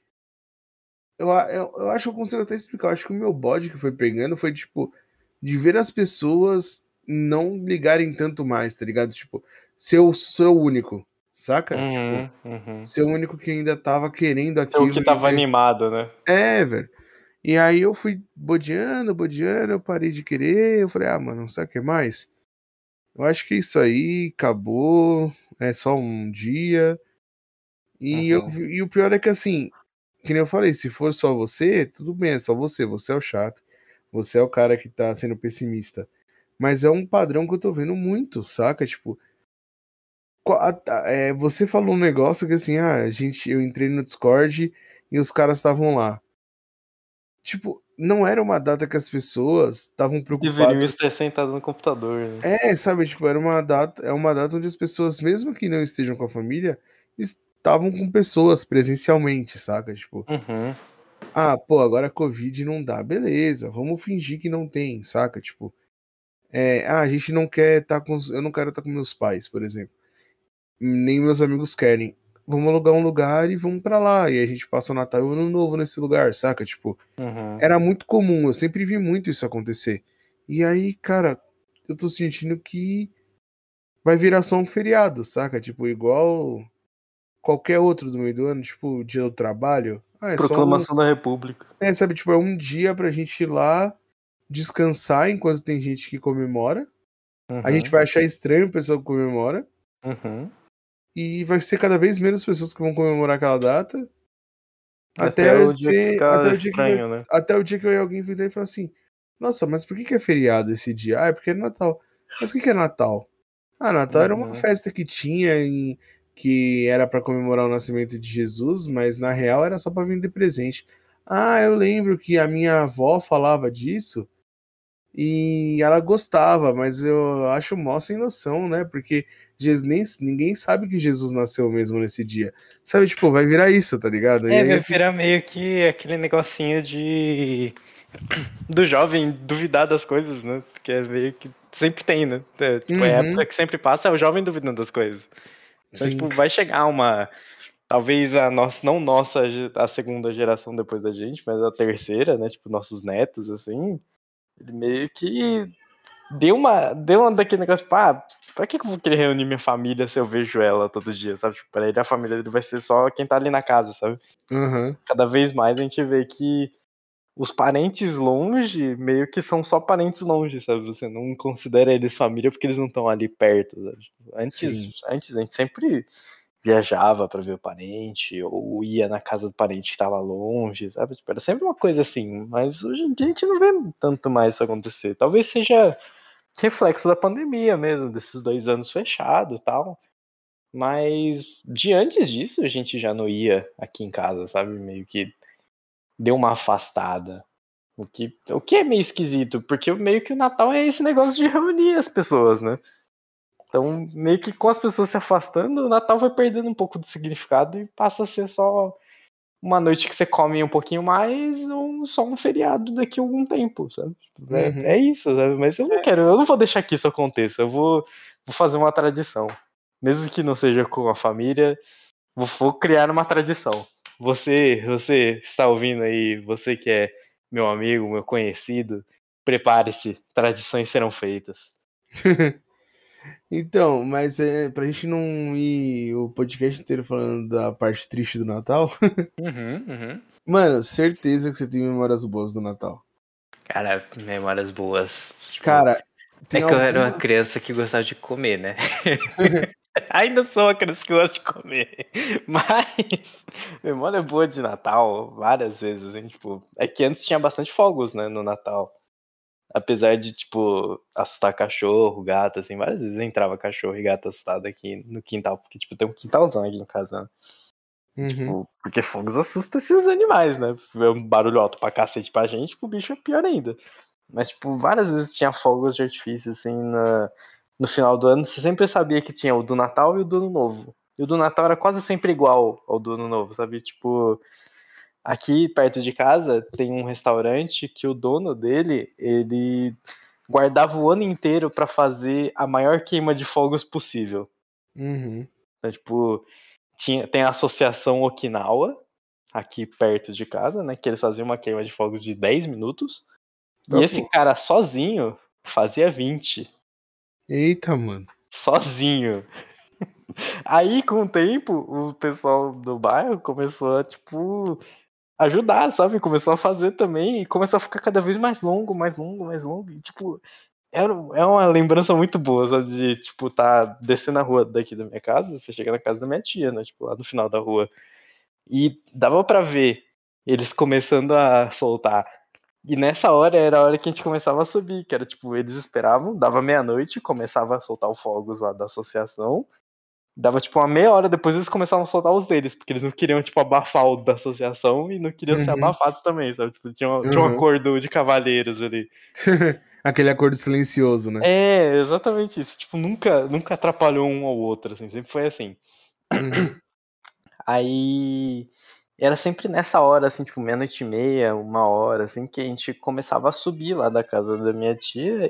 eu acho que eu consigo até explicar. Eu acho que o meu bode que foi pegando foi, tipo, de ver as pessoas não ligarem tanto mais, tá ligado? Tipo, ser o único. saca? Tipo, ser o único que ainda tava querendo É o que aquilo e tava ver. animado, né? É, velho. E aí eu fui bodeando, eu parei de querer, eu falei, ah, mano, sabe o que mais? Eu acho que é isso aí, acabou, é só um dia. Uhum. E o pior é que assim, que nem eu falei, se for só você, tudo bem, é só você é o chato, você é o cara que tá sendo pessimista. Mas é um padrão que eu tô vendo muito, saca? Tipo, você falou um negócio que assim, eu entrei no Discord e os caras estavam lá. Tipo, não era uma data que as pessoas estavam Deveriam preocupadas. estar sentados no computador, né? Sabe, tipo, é uma data onde as pessoas, mesmo que não estejam com a família, estavam com pessoas presencialmente, saca? Tipo, Uhum. pô, agora a Covid não dá, beleza, vamos fingir que não tem, saca? Tipo, a gente não quer estar eu não quero estar com meus pais, por exemplo. Nem meus amigos querem. Vamos alugar um lugar e vamos pra lá. E aí a gente passa o Natal e o Ano Novo nesse lugar, saca? Tipo, Uhum. era muito comum, eu sempre vi muito isso acontecer. E aí, cara, eu tô sentindo que vai virar só um feriado, saca? Tipo, igual qualquer outro do meio do ano, tipo, o dia do trabalho. É só um. Proclamação da República. Sabe, tipo, é um dia pra gente ir lá descansar enquanto tem gente que comemora. A gente Uhum. vai achar estranho o pessoal que comemora. Uhum. E vai ser cada vez menos pessoas que vão comemorar aquela data. Até Até o dia que ser. ficar estranho, né? Até o dia que alguém virar e falar assim: Nossa, mas por que é feriado esse dia? É porque é Natal. Mas o que é Natal? Natal era uma Uhum. festa que tinha que era pra comemorar o nascimento de Jesus, mas na real era só pra vender presente. Eu lembro que a minha avó falava disso e ela gostava, mas eu acho mó sem noção, né? Porque ninguém sabe que Jesus nasceu mesmo nesse dia. Sabe, tipo, vai virar isso, tá ligado? E aí Vai eu fico. virar meio que aquele negocinho de do jovem duvidar das coisas, né? Que é meio que sempre tem, né? Tipo, é a época Uhum, que sempre passa é o jovem duvidando das coisas. Então, sim. tipo, vai chegar uma. Talvez a nossa, não nossa, a segunda geração depois da gente, mas a terceira, né? Tipo, nossos netos, assim. Ele meio que deu uma daquele negócio, tipo, pra que eu vou querer reunir minha família se eu vejo ela todo dia, sabe? Tipo, pra ele a família dele vai ser só quem tá ali na casa, sabe? Aham, Cada vez mais a gente vê que os parentes longe meio que são só parentes longe, sabe? Você não considera eles família porque eles não estão ali perto, sabe? Tipo, sim. antes a gente sempre viajava pra ver o parente ou ia na casa do parente que tava longe, sabe? Tipo, era sempre uma coisa assim, mas hoje em dia a gente não vê tanto mais isso acontecer. Talvez seja reflexo da pandemia mesmo, desses 2 anos fechados e tal. Mas de antes disso a gente já não ia aqui em casa, sabe? Meio que deu uma afastada. O que é meio esquisito, porque meio que o Natal é esse negócio de reunir as pessoas, né? Então, meio que com as pessoas se afastando, o Natal vai perdendo um pouco de significado e passa a ser só uma noite que você come um pouquinho mais ou só um feriado daqui a algum tempo, sabe? É Uhum. isso, sabe? Mas eu não vou deixar que isso aconteça. Eu vou fazer uma tradição. Mesmo que não seja com a família, vou criar uma tradição. Você está ouvindo aí, você que é meu amigo, meu conhecido, prepare-se, tradições serão feitas. Então, mas pra gente não ir o podcast inteiro falando da parte triste do Natal, Uhum, uhum. mano, certeza que você tem memórias boas do Natal. Cara, memórias boas. Tipo, Cara, é tem que eu era uma alguma. criança que gostava de comer, né? Ainda sou uma criança que gosta de comer. Mas memória boa de Natal, várias vezes, hein? Tipo, é que antes tinha bastante fogos, né, no Natal. Apesar de, tipo, assustar cachorro, gato, assim, várias vezes entrava cachorro e gato assustado aqui no quintal, porque, tipo, tem um quintalzão aqui em casa, né? Uhum, Tipo, porque fogos assustam esses animais, né? É um barulho alto pra cacete pra gente, pro bicho é pior ainda. Mas, tipo, várias vezes tinha fogos de artifício, assim, no final do ano. Você sempre sabia que tinha o do Natal e o do Ano Novo. E o do Natal era quase sempre igual ao do Ano Novo, sabe? Tipo, aqui perto de casa tem um restaurante que o dono dele, ele guardava o ano inteiro pra fazer a maior queima de fogos possível. uhum. Então, tipo, tem a Associação Okinawa, aqui perto de casa, né? Que eles faziam uma queima de fogos de 10 minutos. Tá, E esse pô. cara sozinho fazia 20. Eita, mano. Sozinho. Aí, com o tempo, o pessoal do bairro começou a, tipo, ajudar, sabe? Começou a fazer também e começou a ficar cada vez mais longo, mais longo, mais longo. E, tipo, é uma lembrança muito boa, sabe? De, tipo, tá descendo a rua daqui da minha casa, você chega na casa da minha tia, né? Tipo, lá no final da rua. E dava pra ver eles começando a soltar. E nessa hora era a hora que a gente começava a subir, que era tipo, eles esperavam, dava meia-noite, começava a soltar os fogos lá da associação. Dava tipo uma meia hora depois eles começavam a soltar os deles, porque eles não queriam, tipo, abafar o da associação e não queriam ser Uhum, abafados também, sabe? Tipo, tinha um uhum. acordo de cavalheiros ali. Aquele acordo silencioso, né? É, exatamente isso. Tipo, nunca atrapalhou um ao outro, assim, sempre foi assim. Uhum. Aí era sempre nessa hora, assim, tipo, meia-noite e meia, uma hora, assim, que a gente começava a subir lá da casa da minha tia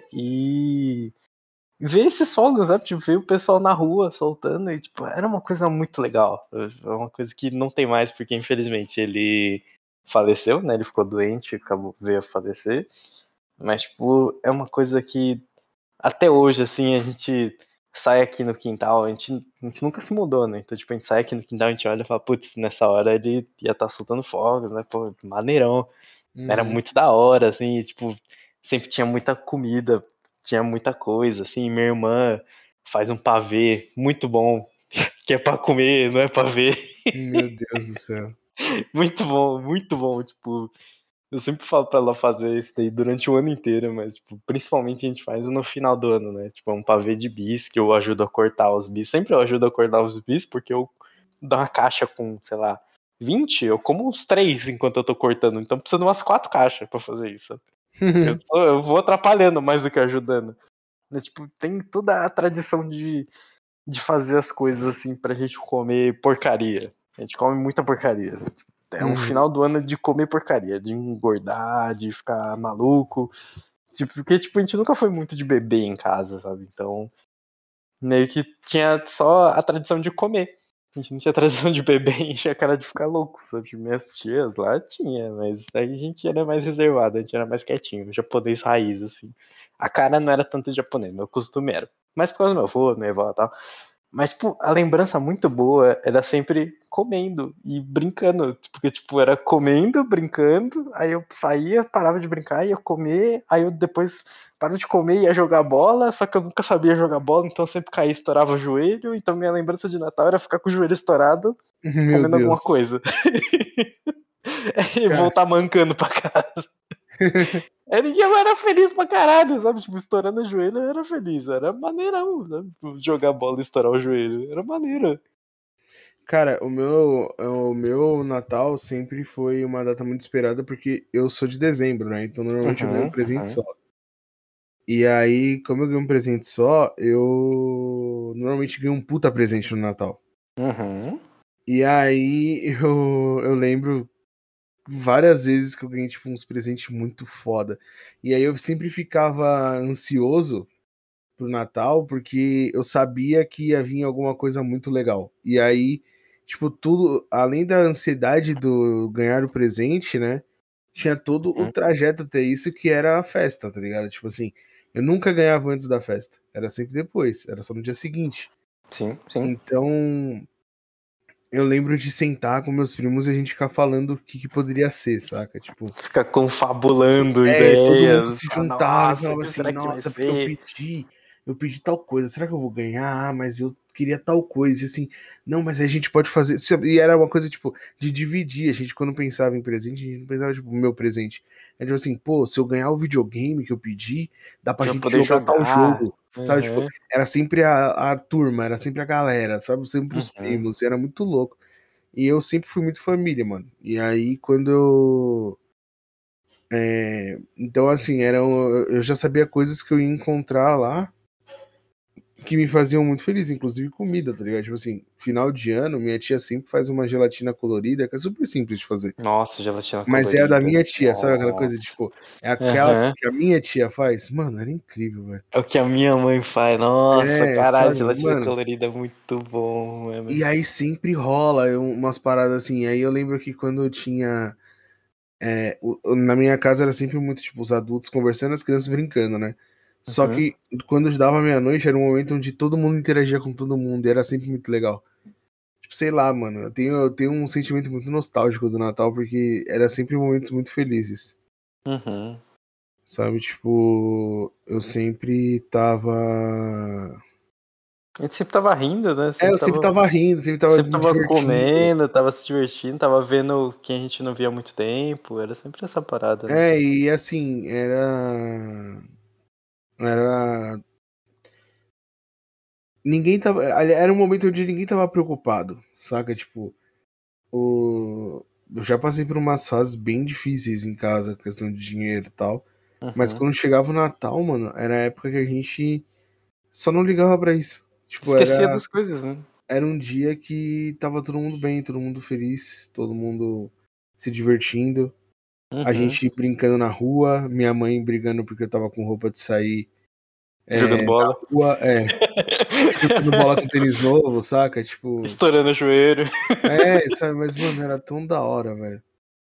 e ver esses fogos, sabe? Tipo, ver o pessoal na rua soltando e, tipo, era uma coisa muito legal. É uma coisa que não tem mais, porque infelizmente ele faleceu, né? Ele ficou doente, veio a falecer. Mas, tipo, é uma coisa que até hoje, assim, a gente sai aqui no quintal, a gente nunca se mudou, né? Então, tipo, a gente sai aqui no quintal, a gente olha e fala, putz, nessa hora ele ia estar soltando fogos, né? Pô, maneirão. Era Uhum. muito da hora, assim, e, tipo, sempre tinha muita comida, tinha muita coisa, assim, minha irmã faz um pavê muito bom, que é pra comer, não é pra ver. Meu Deus do céu. Muito bom, tipo, eu sempre falo pra ela fazer isso daí durante o ano inteiro, mas, tipo, principalmente a gente faz no final do ano, né? Tipo, é um pavê de bis que eu ajudo a cortar os bis. Sempre eu ajudo a cortar os bis, porque eu dou uma caixa com, sei lá, 20, eu como uns 3 enquanto eu tô cortando. Então precisa de umas 4 caixas pra fazer isso. Eu vou atrapalhando mais do que ajudando. Mas, tipo, tem toda a tradição de fazer as coisas assim pra gente comer porcaria. A gente come muita porcaria. É um Uhum. final do ano de comer porcaria, de engordar, de ficar maluco. Tipo, porque tipo, a gente nunca foi muito de beber em casa, sabe? Então, meio que tinha só a tradição de comer. A gente não tinha tradição de beber e encher a cara de ficar louco, sabe? Tipo, minhas tias lá tinha, mas aí a gente era mais reservado, a gente era mais quietinho, japonês raiz, assim. A cara não era tanto japonês, meu costume era. Mas por causa do meu avô, minha avó e tal. Mas, tipo, a lembrança muito boa era sempre comendo e brincando. Porque, tipo, era comendo, brincando, aí eu saía, parava de brincar, ia comer, aí eu depois parava de comer e ia jogar bola, só que eu nunca sabia jogar bola, então eu sempre caía e estourava o joelho, então minha lembrança de Natal era ficar com o joelho estourado, Meu comendo alguma Deus. coisa. E Cara. voltar mancando pra casa. Aí eu era feliz pra caralho, sabe? Tipo, estourando o joelho eu era feliz. Era maneirão, sabe? Tipo, jogar bola e estourar o joelho. Era maneiro. Cara, o meu Natal sempre foi uma data muito esperada porque eu sou de dezembro, né? Então normalmente eu ganho um Uhum, presente uhum, só. E aí, como eu ganho um presente só, eu normalmente ganho um puta presente no Natal. uhum. E aí eu lembro várias vezes que eu ganhei tipo uns presentes muito foda. E aí eu sempre ficava ansioso pro Natal, porque eu sabia que ia vir alguma coisa muito legal. E aí, tipo, tudo, além da ansiedade do ganhar o presente, né? Tinha todo o Uhum. trajeto até isso que era a festa, tá ligado? Tipo assim, eu nunca ganhava antes da festa. Era sempre depois, era só no dia seguinte. Sim, sim. Então, eu lembro de sentar com meus primos e a gente ficar falando o que poderia ser, saca? Tipo, Fica confabulando todo mundo ideias. se Fala, juntava e nossa, o falava que assim, será que vai nossa, porque ser? eu pedi tal coisa, será que eu vou ganhar? Ah, mas eu queria tal coisa, e assim, não, mas a gente pode fazer, e era uma coisa, tipo, de dividir, a gente quando pensava em presente, a gente não pensava, tipo, meu presente, é tipo assim, pô, se eu ganhar o videogame que eu pedi, dá pra Pra gente poder jogar tal jogar. jogo, sabe, tipo, Uhum, era sempre a turma, era sempre a galera, sabe, sempre os uhum, primos, era muito louco, e eu sempre fui muito família, mano, e aí quando eu então, assim, eu já sabia coisas que eu ia encontrar lá que me faziam muito feliz, inclusive comida, tá ligado? Tipo assim, final de ano, minha tia sempre faz uma gelatina colorida que é super simples de fazer. nossa, gelatina Mas é a da colorida. minha tia, sabe aquela coisa de, Nossa. tipo, é aquela Aham. que a minha tia faz? Mano, era incrível, velho. É o que a minha mãe faz. Nossa, É, caralho, sabe, gelatina mano. colorida é muito bom, mano. E aí sempre rola umas paradas assim. Aí eu lembro que quando eu tinha. Na minha casa era sempre muito, tipo, os adultos conversando, as crianças brincando, né? Só que quando dava meia-noite era um momento onde todo mundo interagia com todo mundo e era sempre muito legal. Tipo, sei lá, mano, eu tenho um sentimento muito nostálgico do Natal porque era sempre momentos muito felizes. Uhum. Sabe, tipo, eu sempre tava. A gente sempre tava rindo, né? Eu sempre tava rindo, sempre tava Sempre me tava divertindo. comendo, tava se divertindo, tava vendo quem a gente não via há muito tempo. Era sempre essa parada, né? E assim, Era. Ninguém tava. Era um momento onde ninguém tava preocupado, saca? Tipo, eu já passei por umas fases bem difíceis em casa, questão de dinheiro e tal. Mas Uhum. quando chegava o Natal, mano, era a época que a gente só não ligava pra isso. Tipo, Esquecia das coisas, né? era um dia que tava todo mundo bem, todo mundo feliz, todo mundo se divertindo. A Uhum. gente brincando na rua, minha mãe brigando porque eu tava com roupa de sair Jogando na bola. rua, chutando bola com tênis novo, saca? Tipo, Estourando o joelho. sabe, mas mano, era tão da hora, velho.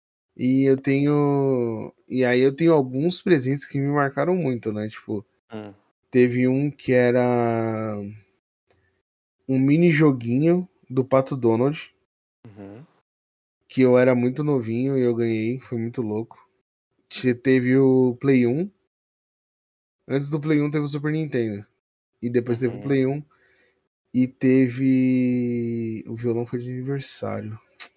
E aí eu tenho alguns presentes que me marcaram muito, né? Tipo, Hum. teve um que era um mini joguinho do Pato Donald, Uhum. que eu era muito novinho e eu ganhei, foi muito louco. Teve o Play 1. Antes do Play 1 teve o Super Nintendo. E depois teve o Uhum. Play 1. E teve. O violão foi de aniversário.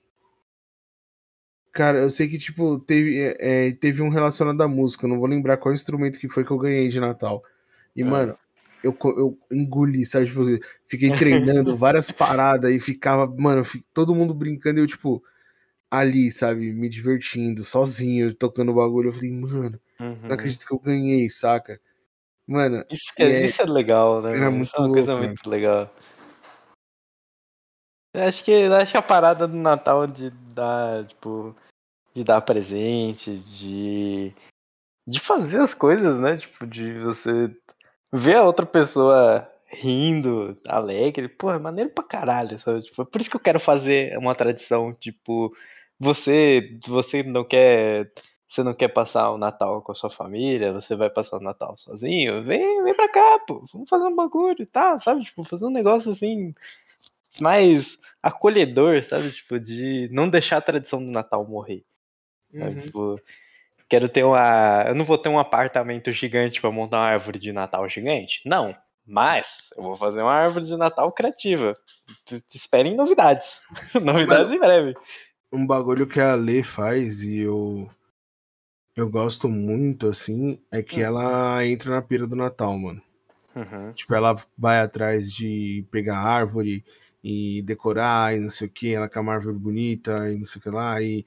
Cara, eu sei que, tipo, teve um relacionado à música. Eu não vou lembrar qual instrumento que foi que eu ganhei de Natal. E, Hum. mano, eu engoli, sabe? Tipo, fiquei treinando várias paradas e ficava, mano, todo mundo brincando e eu, tipo, ali, sabe? Me divertindo, sozinho, tocando o bagulho. Eu falei, mano, não Uhum. acredito que eu ganhei, saca? Mano, Isso é legal, né, era mano? Isso é muito uma coisa louco, mano. muito legal. Eu acho que a parada do Natal de dar, tipo, de dar presente, de fazer as coisas, né? Tipo, de você ver a outra pessoa rindo, alegre, pô, é maneiro pra caralho, sabe? Tipo, é por isso que eu quero fazer uma tradição, tipo, você não quer passar o Natal com a sua família, você vai passar o Natal sozinho, vem pra cá, pô, vamos fazer um bagulho e tal, sabe? Tipo, fazer um negócio assim, mais acolhedor, sabe? Tipo, de não deixar a tradição do Natal morrer, sabe? Uhum. Tipo, quero ter uma. Eu não vou ter um apartamento gigante pra montar uma árvore de Natal gigante. Não. Mas eu vou fazer uma árvore de Natal criativa. Esperem novidades. Mano, Novidades em breve. um bagulho que a Lê faz e eu gosto muito, assim, é que Hum. ela entra na pira do Natal, mano. Uhum. Tipo, ela vai atrás de pegar árvore e decorar e não sei o que, ela quer uma árvore bonita e não sei o que lá, e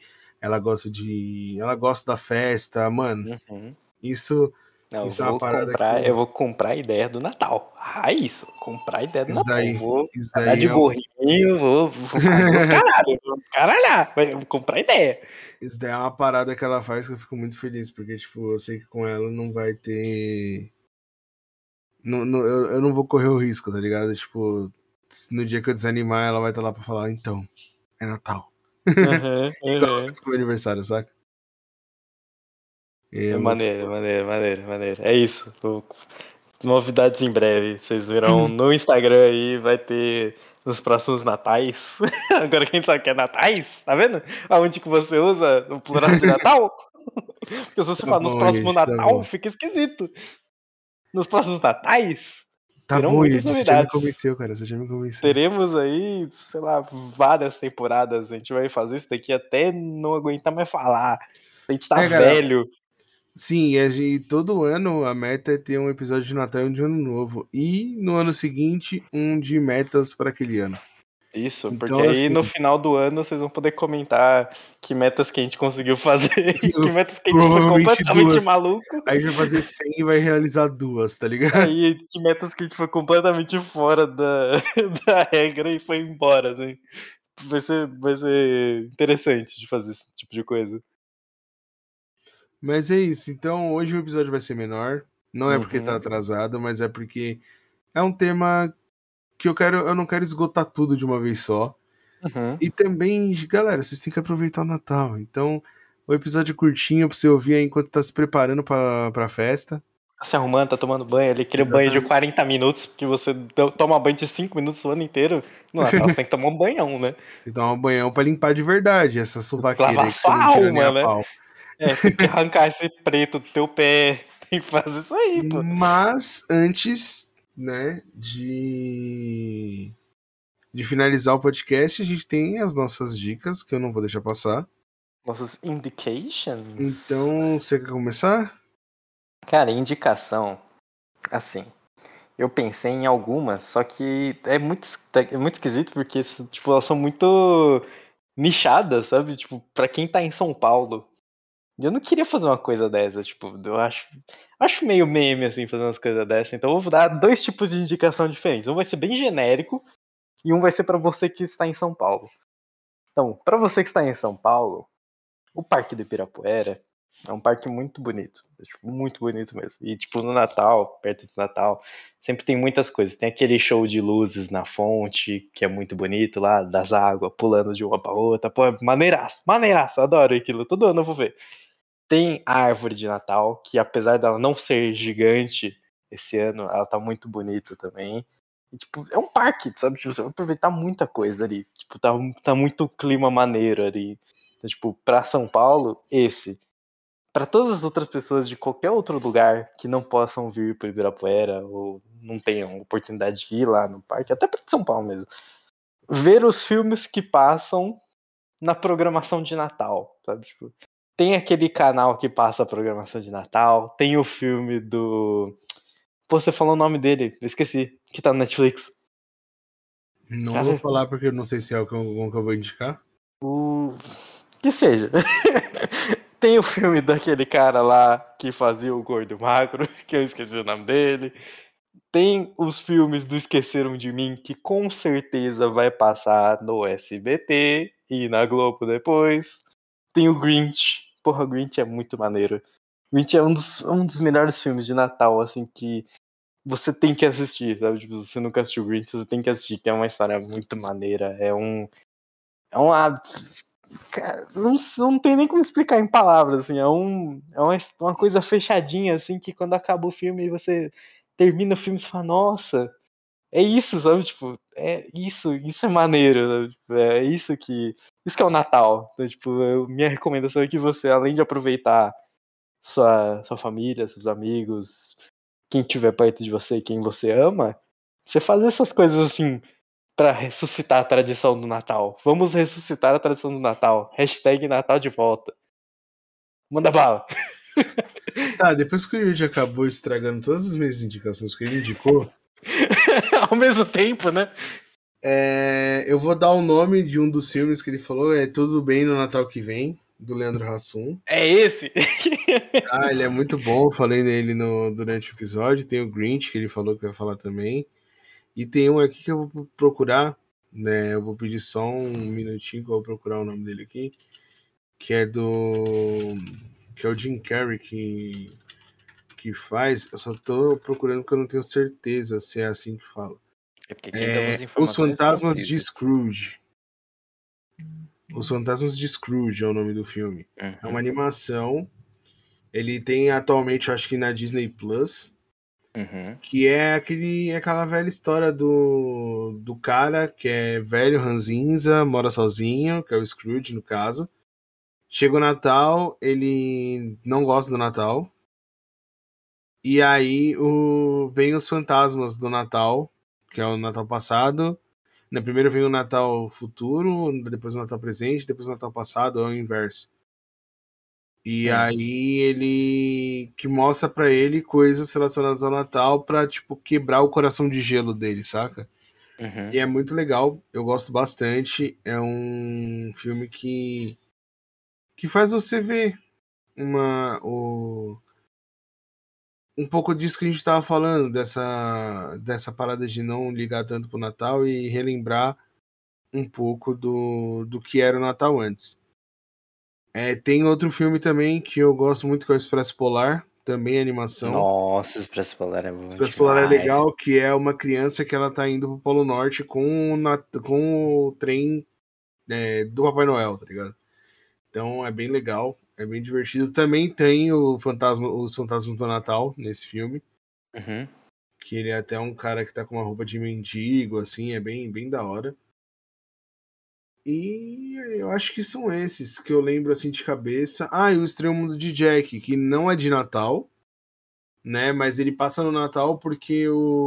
ela gosta da festa, mano. Uhum. Isso, Não, eu isso é uma vou parada que comprar, eu vou comprar a ideia do Natal. Raiz, vou comprar a ideia do isso Natal. Eu daí, vou isso andar daí de é, gorrinho, vou fazer os caralho, vou caralhar, mas eu vou comprar a ideia. isso daí é uma parada que ela faz que eu fico muito feliz, porque, tipo, eu sei que com ela não vai ter. Eu não vou correr o risco, tá ligado? Tipo, no dia que eu desanimar, ela vai estar lá pra falar, então, é Natal. Uhum, Igual ela uhum. fez com o meu aniversário, saca? E é É muito. maneiro, maneiro, maneiro, maneiro. É isso. Novidades em breve. Vocês verão no Instagram aí, vai ter nos próximos natais. Agora quem sabe que é natais, tá vendo? Aonde que você usa o plural de Natal? Porque se você Tá falar nos bom, próximos gente, tá Natal, bom. fica esquisito. Nos próximos natais, Tá terão bom, muitas Yudi, você já me novidades. convenceu, cara, você já me convenceu. Teremos aí, sei lá, várias temporadas. A gente vai fazer isso daqui até não aguentar mais falar. A gente tá Cara, velho. sim, todo ano a meta é ter um episódio de Natal e um de Ano Novo. E no ano seguinte, um de metas para aquele ano. Isso, porque Então, aí assim, no final do ano vocês vão poder comentar que metas que a gente conseguiu fazer e que metas que a gente foi provavelmente completamente duas. maluco. A gente vai fazer 100 e vai realizar duas, tá ligado? Aí que metas que a gente foi completamente fora da, da regra e foi embora, assim. Vai ser interessante de fazer esse tipo de coisa. Mas é isso. Então, hoje o episódio vai ser menor. Não é porque tá Uhum, atrasado, mas é porque é um tema que eu não quero esgotar tudo de uma vez só. uhum. E também, galera, vocês têm que aproveitar o Natal. Então, o episódio curtinho pra você ouvir aí enquanto tá se preparando pra festa. Tá se arrumando, tá tomando banho ali, aquele banho de Exatamente. 40 minutos, porque você toma banho de 5 minutos o ano inteiro. No Natal você tem que tomar um banhão, né? Tem que tomar um banhão pra limpar de verdade essa Tem que suvaqueira lavar aí que você sua não tira nem alma, a né? pau. É, tem que arrancar esse preto do teu pé. Tem que fazer isso aí, pô. Mas antes, né, de finalizar o podcast, a gente tem as nossas dicas, que eu não vou deixar passar. Nossas indications. Então, você quer começar? Cara, indicação. Assim, eu pensei em algumas, só que é muito esquisito porque, tipo, elas são muito nichadas, sabe? Tipo, pra quem tá em São Paulo. E eu não queria fazer uma coisa dessa, tipo, acho meio meme, assim, fazer umas coisas dessa. Então eu vou dar dois tipos de indicação diferentes. Um vai ser bem genérico e um vai ser pra você que está em São Paulo. Então, pra você que está em São Paulo, o Parque do Ibirapuera é um parque muito bonito. É, tipo, muito bonito mesmo. E, tipo, no Natal, perto do Natal, sempre tem muitas coisas. Tem aquele show de luzes na fonte, que é muito bonito lá, das águas, pulando de uma pra outra. Pô, é maneiraço, maneiraço. Adoro aquilo. Todo ano eu vou ver. Tem a árvore de Natal, que apesar dela não ser gigante esse ano, ela tá muito bonita também. E, tipo, é um parque, sabe? Tipo, você vai aproveitar muita coisa ali. Tipo, tá muito clima maneiro ali. Então, tipo, pra São Paulo, esse. Pra todas as outras pessoas de qualquer outro lugar que não possam vir pro Ibirapuera ou não tenham oportunidade de ir lá no parque, até pra São Paulo mesmo, ver os filmes que passam na programação de Natal, sabe? Tipo, tem aquele canal que passa a programação de Natal, tem o filme do. Pô, você falou o nome dele, eu esqueci, que tá no Netflix. Não vou Cara, falar porque eu não sei se é algum que eu vou indicar. o. Que seja. Tem o filme daquele cara lá que fazia o Gordo Magro, que eu esqueci o nome dele. Tem os filmes do Esqueceram de Mim, que com certeza vai passar no SBT e na Globo depois. Tem o Grinch. Porra, o Grinch é muito maneiro. Grinch é um dos melhores filmes de Natal, assim, que você tem que assistir, sabe? Tipo, se você nunca assistiu Grinch, você tem que assistir, que é uma história muito maneira. É uma. Cara, não tem nem como explicar em palavras, assim. É uma coisa fechadinha, assim, que quando acaba o filme você termina o filme e você fala, nossa, é isso, sabe? Tipo, isso é maneiro, sabe? Tipo, é isso que. Isso que é o Natal. Então, tipo, minha recomendação é que você, além de aproveitar sua família, seus amigos, quem estiver perto de você, quem você ama, você faz essas coisas assim pra ressuscitar a tradição do Natal. Vamos ressuscitar a tradição do Natal. Hashtag Natal de volta. Manda bala. Tá, depois que o Yuji acabou estragando todas as minhas indicações que ele indicou, Ao mesmo tempo, né? eu vou dar o nome de um dos filmes que ele falou, é Tudo Bem no Natal que Vem, do Leandro Hassum. É esse. Ah, ele é muito bom, eu falei nele durante o episódio. Tem o Grinch, que ele falou que vai falar também. E tem um aqui que eu vou procurar, né? Eu vou pedir só um minutinho que eu vou procurar o nome dele aqui, que é do. Que é o Jim Carrey que faz. Eu só tô procurando porque eu não tenho certeza se é assim que fala. É porque quem dá umas Os informações Fantasmas de concisas. Scrooge. Os Fantasmas de Scrooge é o nome do filme. É uma Uhum, animação. Ele tem atualmente, eu acho que na Disney Plus. uhum, Que é aquela velha história do cara que é velho, ranzinza, mora sozinho, que é o Scrooge, no caso. Chega o Natal, ele não gosta do Natal. E aí vem os fantasmas do Natal, que é o Natal passado. Primeiro vem o Natal futuro, depois o Natal presente, depois o Natal passado, ou é o inverso. E uhum, aí ele que mostra pra ele coisas relacionadas ao Natal pra, tipo, quebrar o coração de gelo dele, saca? uhum. E é muito legal, eu gosto bastante. É um filme que faz você ver um pouco disso que a gente tava falando, dessa parada de não ligar tanto pro Natal e relembrar um pouco do que era o Natal antes. Tem outro filme também que eu gosto muito, que é o Expresso Polar, também é animação. Nossa, Expresso Polar é bom Expresso Polar é demais. legal, que é uma criança que ela tá indo pro Polo Norte com o trem do Papai Noel, tá ligado? Então é bem legal. É bem divertido. Também tem os Fantasmas do Natal nesse filme. Uhum. Que ele é até um cara que tá com uma roupa de mendigo, assim, é bem, bem da hora. E eu acho que são esses que eu lembro assim de cabeça. Ah, e o Estranho Mundo de Jack, que não é de Natal, né? Mas ele passa no Natal porque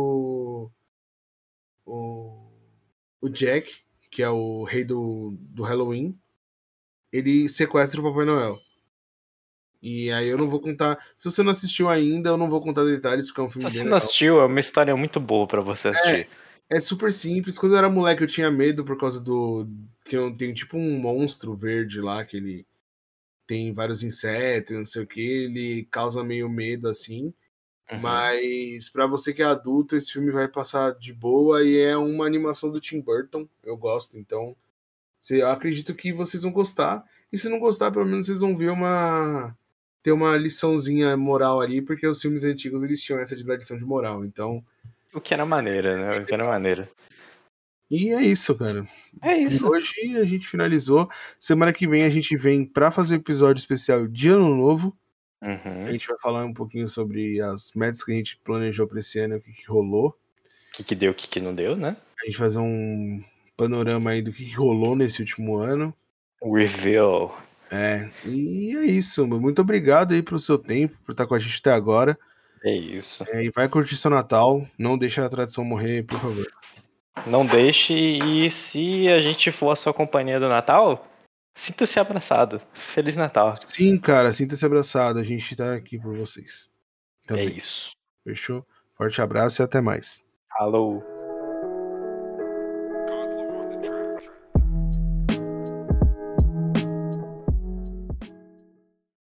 o, o Jack, que é o rei do Halloween, ele sequestra o Papai Noel. E aí eu não vou contar. Se você não assistiu ainda, eu não vou contar detalhes, porque é um Se filme bem você não legal. assistiu, é uma história muito boa pra você É, assistir. é super simples. Quando eu era moleque, eu tinha medo por causa do. Que eu tenho tipo um monstro verde lá, que ele tem vários insetos, não sei o que, ele causa meio medo assim. Uhum. Mas pra você que é adulto, esse filme vai passar de boa e é uma animação do Tim Burton. Eu gosto, então eu acredito que vocês vão gostar. E se não gostar, pelo menos vocês vão ver ter uma liçãozinha moral ali, porque os filmes antigos eles tinham essa de dar lição de moral. Então, O que era maneiro, né? O que era maneiro. e é isso, cara. É Por isso. hoje a gente finalizou. Semana que vem a gente vem pra fazer o episódio especial de Ano Novo. A Uhum. gente vai falar um pouquinho sobre as metas que a gente planejou para esse ano e o que rolou. O que deu, o que não deu, né? A gente fazer um panorama aí do que rolou nesse último ano. Reveal. E é isso. Muito obrigado aí pelo seu tempo, por estar com a gente até agora. É isso. E vai curtir seu Natal. Não deixe a tradição morrer, por favor. Não deixe, e se a gente for a sua companhia do Natal, sinta-se abraçado. Feliz Natal. Sim, cara, sinta-se abraçado. A gente tá aqui por vocês É também. isso. Fechou? Forte abraço e até mais. Falou.